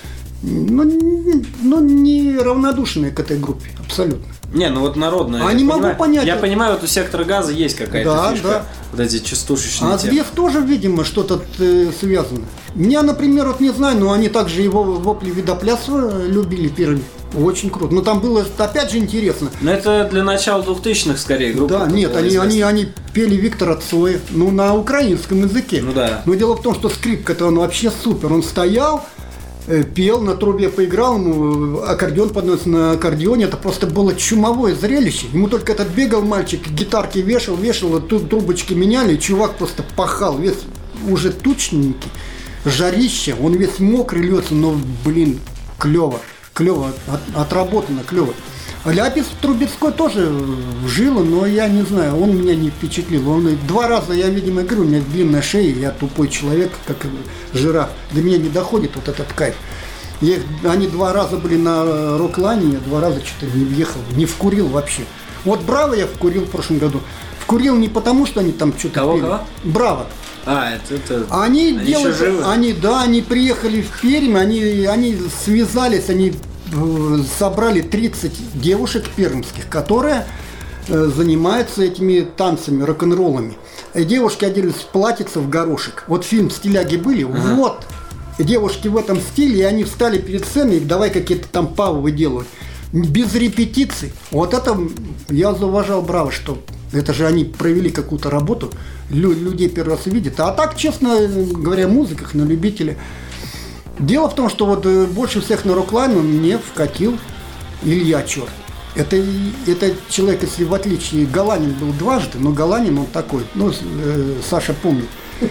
Ну, ну, не равнодушные к этой группе, абсолютно. Не, ну вот народная. А не могу понимаю, понять. Я понимаю, вот у Сектора Газа есть какая-то да, фишка. Да. Вот эти частушечные А темы. здесь тоже, видимо, что-то э, связано. Меня, например, вот не знаю, но они также его вопли видопляса любили первыми. Очень круто. Но там было, опять же, интересно. Но это для начала двухтысячных скорее группа. Да, нет, они, они, они пели Виктора Цоя, ну, на украинском языке. Ну да. Но дело в том, что скрипка-то он вообще супер. Он стоял, пел, на трубе поиграл, ему аккордеон подносит на аккордеоне. Это просто было чумовое зрелище. Ему только этот бегал мальчик, гитарки вешал, вешал, вот тут трубочки меняли, и чувак просто пахал, весь уже тучненький, жарище, он весь мокрый льется, но, блин, клево, клево, от, отработано, клево. Ляпис Трубецкой тоже жил, но я не знаю, он меня не впечатлил. Он два раза, я, видимо, говорю, у меня длинная шея, я тупой человек, как жираф. До меня не доходит вот этот кайф. Я, они два раза были на Роклайне, я два раза что-то не въехал, не вкурил вообще. Вот Браво я вкурил в прошлом году. Вкурил не потому, что они там что-то Кого, пели. кого? Браво. А, это, это... Они, они делали, еще живы? Они, да, они приехали в Пермь, они, они связались, они собрали тридцать девушек пермских, которые э, занимаются этими танцами, рок-н-роллами. И девушки оделись в платьице в горошек. Вот фильм «Стиляги» были, ага. Вот. И девушки в этом стиле, и они встали перед сценой, и давай какие-то там павы выделывать. Без репетиций. Вот это я зауважал Браво, что это же они провели какую-то работу, лю- людей первый раз видят. А так, честно говоря, музыка на любителя. Дело в том, что вот больше всех на Роклайн мне вкатил Илья Черт. Это, это человек, если в отличие Галанин был дважды, но Галанин он такой, ну, э, Саша помнит.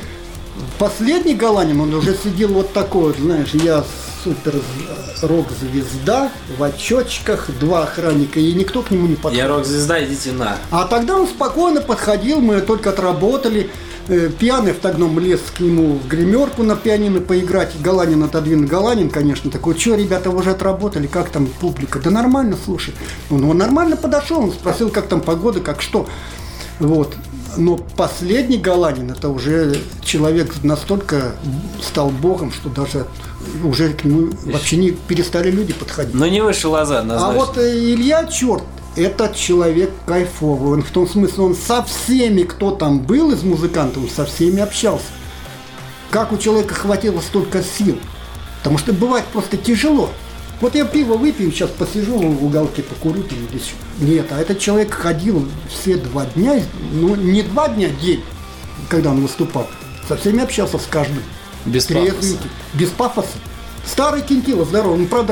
Последний Галанин, он уже сидел вот такой, вот, знаешь, я супер рок-звезда, в очочках, два охранника, и никто к нему не подходил. Я рок-звезда, идите на. А тогда он спокойно подходил, мы только отработали. Пьяный в Тагном лез к нему в гримерку на пианино поиграть. Галанин отодвинул. Галанин, конечно, такой, что, ребята, вы уже отработали, как там публика? Да нормально, слушай. Он, он нормально подошел, он спросил, как там погода, как что. Вот. Но последний Галанин, это уже человек настолько стал богом, что даже уже к нему вообще не перестали люди подходить. Но не выше лоза, однозначно. А вот Илья Черт, этот человек кайфовый. Он в том смысле, он со всеми, кто там был из музыкантов, он со всеми общался. Как у человека хватило столько сил? Потому что бывает просто тяжело. Вот я пиво выпью, сейчас посижу в уголке, покурю там здесь. Нет, а этот человек ходил все два дня, ну не два дня, день, когда он выступал. Со всеми общался, с каждым. Без пафоса. Без пафоса. Старый Кентило, здоровый. Он, правда,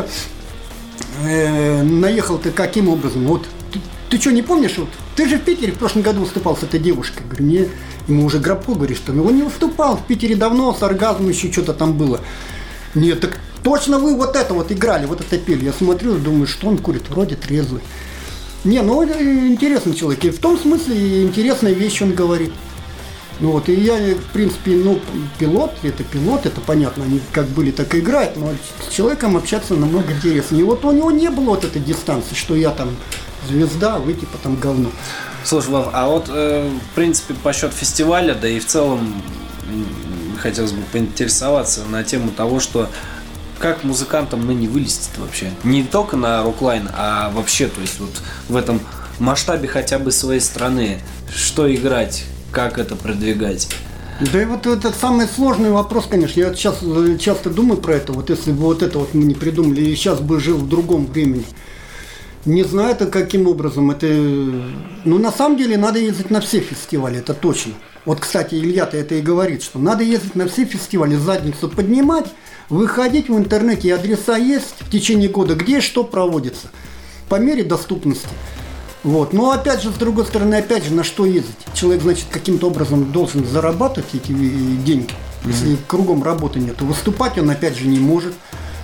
э, наехал ты каким образом? Вот ты, ты что, не помнишь? Вот, ты же в Питере в прошлом году выступал с этой девушкой. Говорю, не, ему уже Грабко говорит, что он не выступал в Питере давно, с оргазмом еще что-то там было. Нет, так точно вы вот это вот играли, вот это пели. Я смотрю, думаю, что он курит, вроде трезвый. Не, ну интересный человек. И в том смысле интересные вещи он говорит. Ну вот, и я, в принципе, ну, пилот, это пилот, это понятно, они как были, так и играют, но с человеком общаться намного интереснее. И вот у него не было вот этой дистанции, что я там звезда, вы типа там говно. Слушай, Вов, а вот, э, в принципе, по счету фестиваля, да и в целом хотелось бы поинтересоваться на тему того, что как музыкантам ныне вылезти-то вообще? Не только на Роклайн, а вообще, то есть вот в этом масштабе хотя бы своей страны. Что играть, как это продвигать? Да и вот этот самый сложный вопрос, конечно. Я сейчас часто думаю про это. Вот если бы вот это вот мы не придумали, и сейчас бы жил в другом времени. Не знаю, это каким образом. Это, ну, на самом деле, надо ездить на все фестивали, это точно. Вот, кстати, Илья-то это и говорит, что надо ездить на все фестивали, задницу поднимать, выходить в интернете, адреса есть в течение года, где что проводится, по мере доступности. Вот. Но опять же, с другой стороны, опять же, на что ездить? Человек, значит, каким-то образом должен зарабатывать эти деньги. Если mm-hmm. кругом работы нет, то выступать он опять же не может.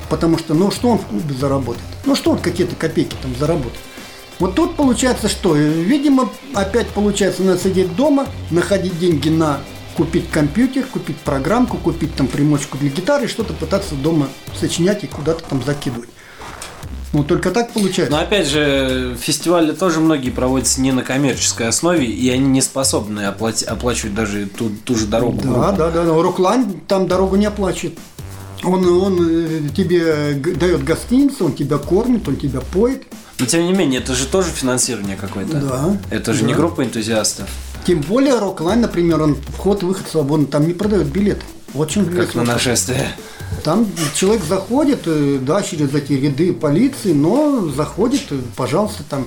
Потому что, ну что он в клубе заработает? Ну что он какие-то копейки там заработает? Вот тут получается что? Видимо, опять получается, надо сидеть дома, находить деньги на купить компьютер, купить программку, купить там примочку для гитары и что-то пытаться дома сочинять и куда-то там закидывать. Ну, только так получается. Но опять же, фестивали тоже многие проводятся не на коммерческой основе, и они не способны оплати- оплачивать даже ту, ту же дорогу. Да, да, да, да. Роклайн там дорогу не оплачивает. Он, он тебе дает гостиницу, он тебя кормит, он тебя поет. Но тем не менее, это же тоже финансирование какое-то. Да. Это же да. не группа энтузиастов. Тем более Роклайн, например, он вход-выход свободный, там не продают билеты. Вот чем как на нашествие. Там человек заходит, да, через эти ряды полиции, но заходит, пожалуйста, там.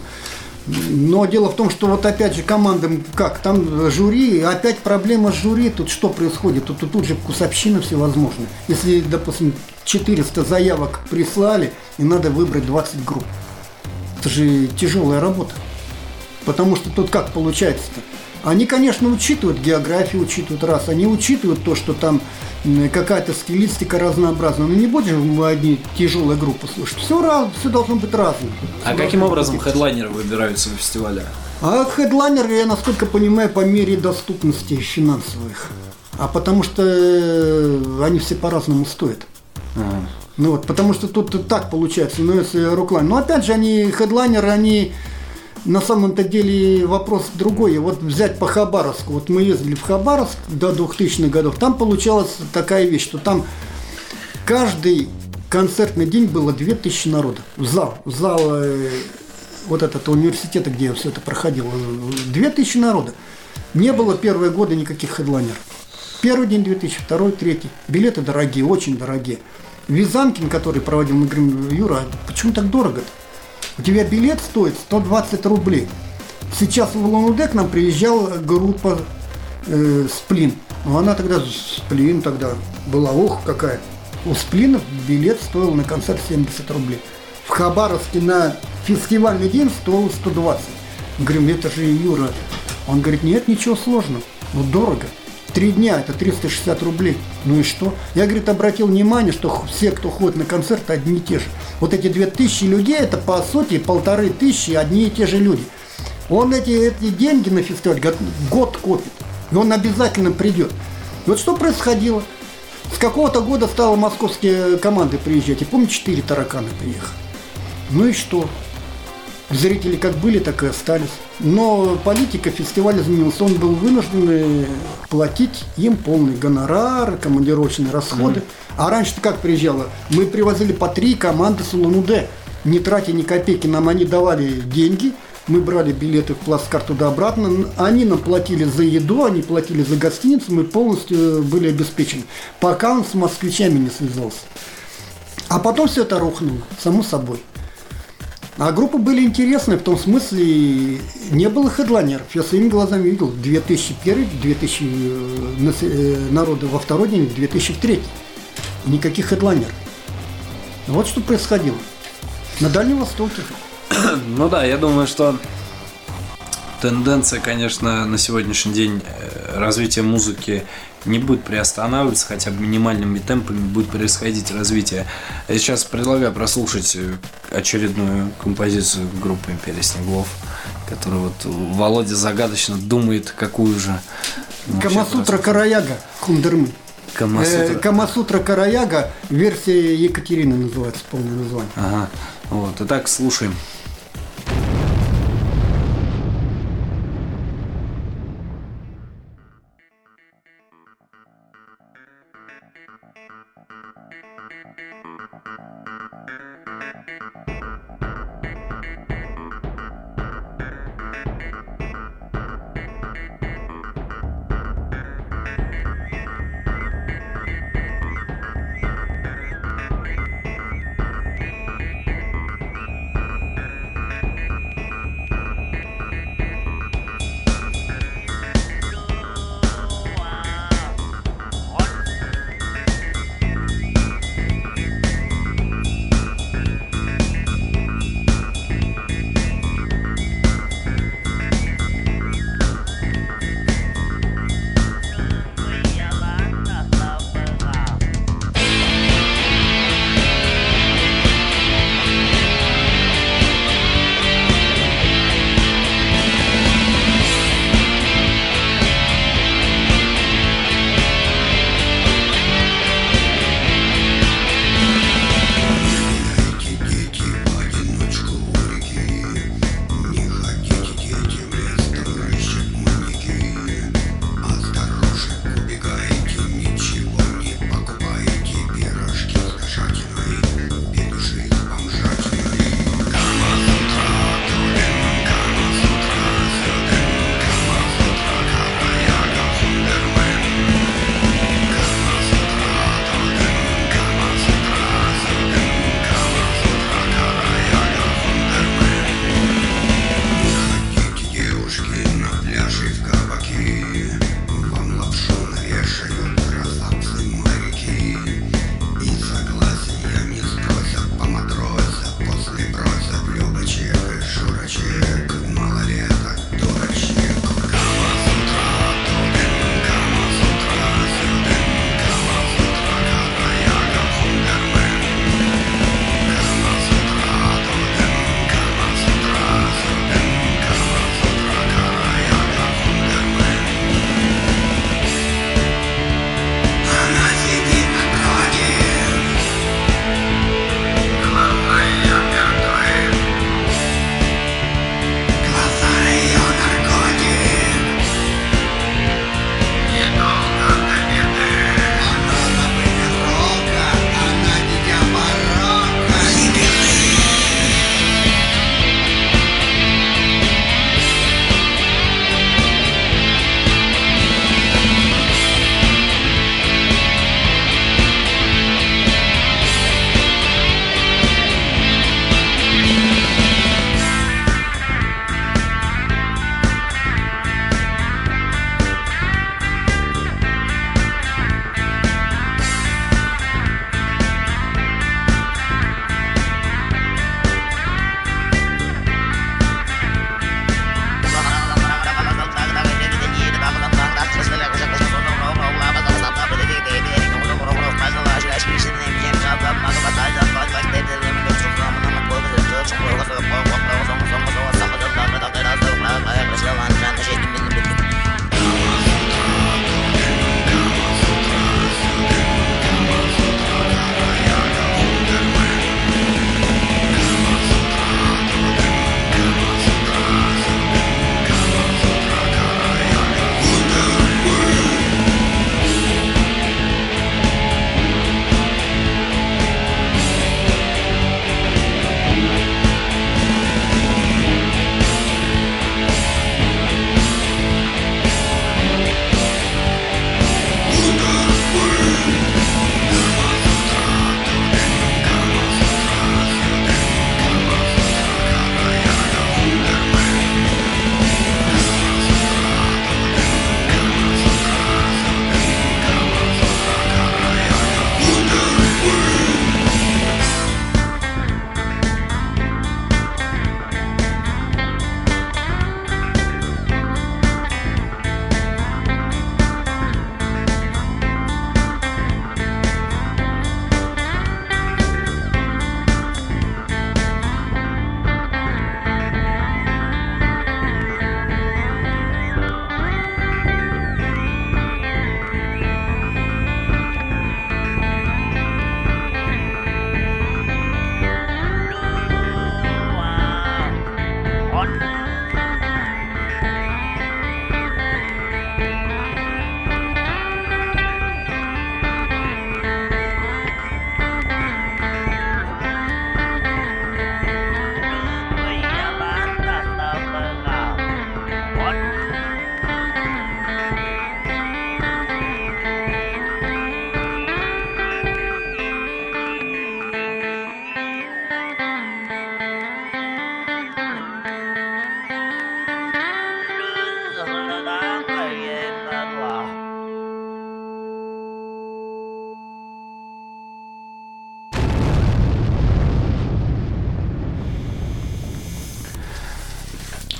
Но дело в том, что вот опять же командам, как, там жюри, опять проблема с жюри, тут что происходит? Тут, тут, тут же вкусовщина всевозможная. Если, допустим, четыреста заявок прислали, и надо выбрать двадцать групп. Это же тяжелая работа. Потому что тут как получается-то? Они, конечно, учитывают географию, учитывают раз, они учитывают то, что там какая-то стилистика разнообразная. Но не будешь же одни тяжелые группы слушать. Все, раз, все должно быть разным. А все каким образом хедлайнеры выбираются на фестивале? А хедлайнеры, я насколько понимаю, по мере доступности финансовых. А потому что они все по-разному стоят. Ага. Ну вот, потому что тут так получается, ну если Роклайн. Но опять же, они хедлайнеры, они на самом-то деле вопрос другой. Вот взять по Хабаровску. Вот мы ездили в Хабаровск до двухтысячных годов. Там получалась такая вещь, что там каждый концертный день было две тысячи народа. В зал. В зал э, вот этот университета, где все это проходило. две тысячи народа. Не было первые годы никаких хедлайнеров. Первый день две тысячи, второй, третий. Билеты дорогие, очень дорогие. Визанкин, который проводил, мы говорим: Юра, почему так дорого-то? У тебя билет стоит сто двадцать рублей. Сейчас в Улан-Удэ к нам приезжала группа э, Сплин. Ну, она тогда, Сплин тогда была, ох, какая. У Сплина билет стоил на концерт семьдесят рублей. В Хабаровске на фестивальный день стоил сто двадцать. Мы говорим: это же Юра. Он говорит: нет, ничего сложного. Вот дорого. Три дня, это триста шестьдесят рублей. Ну и что? Я, говорит, обратил внимание, что все, кто ходит на концерт, одни и те же. Вот эти две тысячи людей, это по сути полторы тысячи одни и те же люди. Он эти, эти деньги на фестиваль год копит. И он обязательно придет. И вот что происходило? С какого-то года стало московские команды приезжать. И помню, четыре таракана приехали. Ну и что? Зрители как были, так и остались. Но политика фестиваля изменилась. Он был вынужден платить им полный гонорар, командировочные расходы. Mm-hmm. А раньше-то как приезжало? Мы привозили по три команды с Улан-Удэ. Не тратя ни копейки, нам они давали деньги. Мы брали билеты в плацкарт туда-обратно. Они нам платили за еду, они платили за гостиницу. Мы полностью были обеспечены. Пока он с москвичами не связался. А потом все это рухнуло, само собой. А группы были интересные, в том смысле, не было хедлайнеров. Я своими глазами видел две тысячи первый, две тысячи народа во второй день, две тысячи в третий. Никаких хедлайнеров. Вот что происходило на Дальнем Востоке. Ну да, я думаю, что тенденция, конечно, на сегодняшний день развития музыки не будет приостанавливаться, хотя бы минимальными темпами будет происходить развитие. Я сейчас предлагаю прослушать очередную композицию группы «Империя Снеглов», которую вот Володя загадочно думает, какую же. Камасутра Караяга, Кундермы. Камасутра. Э, Камасутра Караяга, версия Екатерины называется, полное название. Ага, вот, итак, слушаем.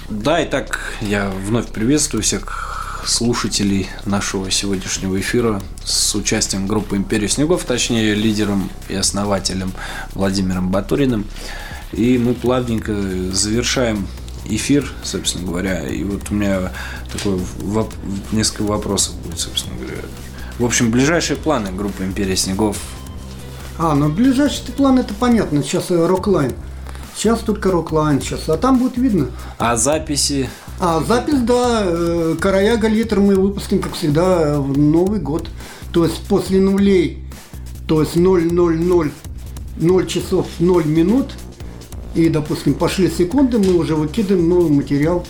Да, итак, я вновь приветствую всех слушателей нашего сегодняшнего эфира с участием группы «Империя снегов», точнее, лидером и основателем Владимиром Батуриным. И мы плавненько завершаем эфир, собственно говоря. И вот у меня такой воп... несколько вопросов будет, собственно говоря. В общем, ближайшие планы группы «Империя снегов». А, ну ближайший план, это понятно. Сейчас Роклайн. Сейчас только Роклайн сейчас. А там будет видно. А записи? А, запись, да. Караяга литр мы выпустим, как всегда, в Новый год. То есть после нулей, то есть ноль ноль ноль ноль часов ноль минут. И, допустим, пошли секунды, мы уже выкидываем новый материал.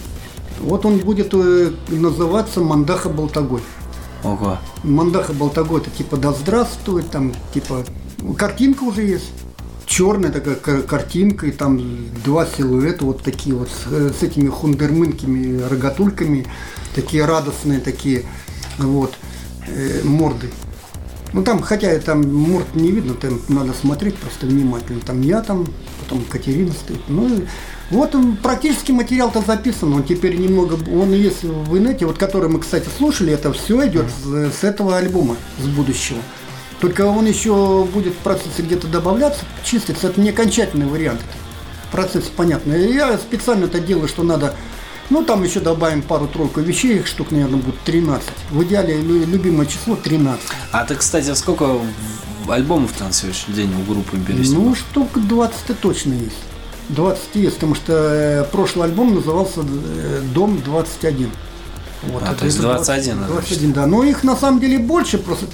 Вот он будет называться «Мандаха Балтагой». Ого. «Мандаха Балтагой» это типа «Да здравствует», там типа картинка уже есть. Черная такая картинка, и там два силуэта вот такие вот с, с этими хундермынкими рогатульками, такие радостные такие вот э, морды. Ну там, хотя там морд не видно, там надо смотреть просто внимательно. Там я там, потом Катерина стоит. Ну и вот он, практически материал-то записан, он теперь немного, он есть в инете, вот который мы, кстати, слушали, это все идет с, с этого альбома, с будущего. Только он еще будет в процессе где-то добавляться, чиститься, это не окончательный вариант. Процесс понятный. Я специально это делаю, что надо. Ну, там еще добавим пару-тройку вещей, их штук, наверное, будет тринадцать. В идеале любимое число тринадцать. А ты, кстати, сколько альбомов-то на сегодняшний день у группы «Империя снегов»? Ну, штук двадцать точно есть. двадцать есть, потому что прошлый альбом назывался «Дом двадцать один». Вот, а, это, то есть двадцать один. двадцать один, да. Но их на самом деле больше, просто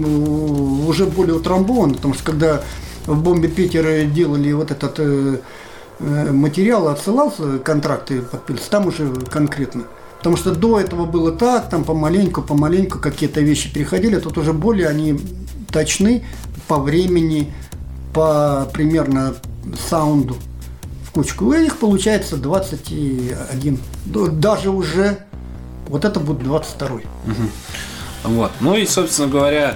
там уже более утрамбовано, потому что когда в «Бомбе Питер» делали вот этот э, материал, отсылался, контракты подписывались, там уже конкретно. Потому что до этого было так, там помаленьку, помаленьку какие-то вещи переходили, тут уже более они точны по времени, по примерно саунду в кучку. И их получается двадцать один. Даже уже вот это будет двадцать второй. Угу. Вот. Ну и, собственно говоря,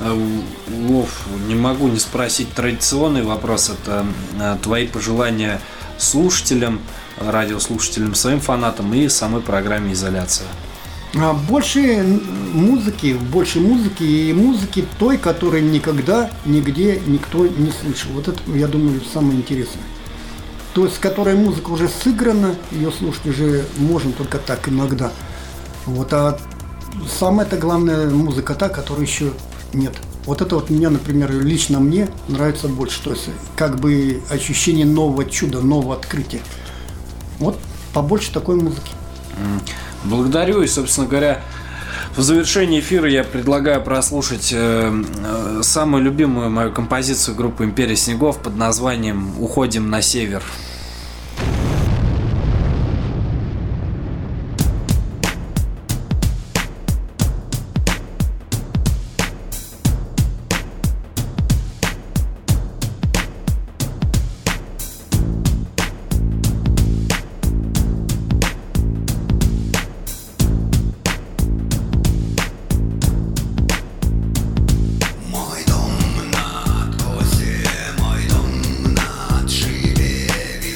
Вов, не могу не спросить традиционный вопрос. Это твои пожелания слушателям, радиослушателям, своим фанатам и самой программе «Изоляция». Больше музыки, больше музыки и музыки той, которой никогда, нигде никто не слышал. Вот это, я думаю, самое интересное. То есть, которая музыка уже сыграна, ее слушать уже можно только так иногда. Вот, а самая-то главная музыка та, которой еще нет. Вот это вот меня, например, лично мне нравится больше. То есть, как бы ощущение нового чуда, нового открытия. Вот побольше такой музыки. Благодарю. И, собственно говоря, в завершении эфира я предлагаю прослушать э, э, самую любимую мою композицию группы «Империя снегов» под названием «Уходим на север». Мой дом над озером, мой дом над шибе.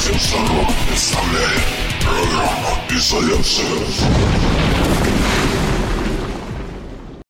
Радио Стандарт представляет программу «Изоляция».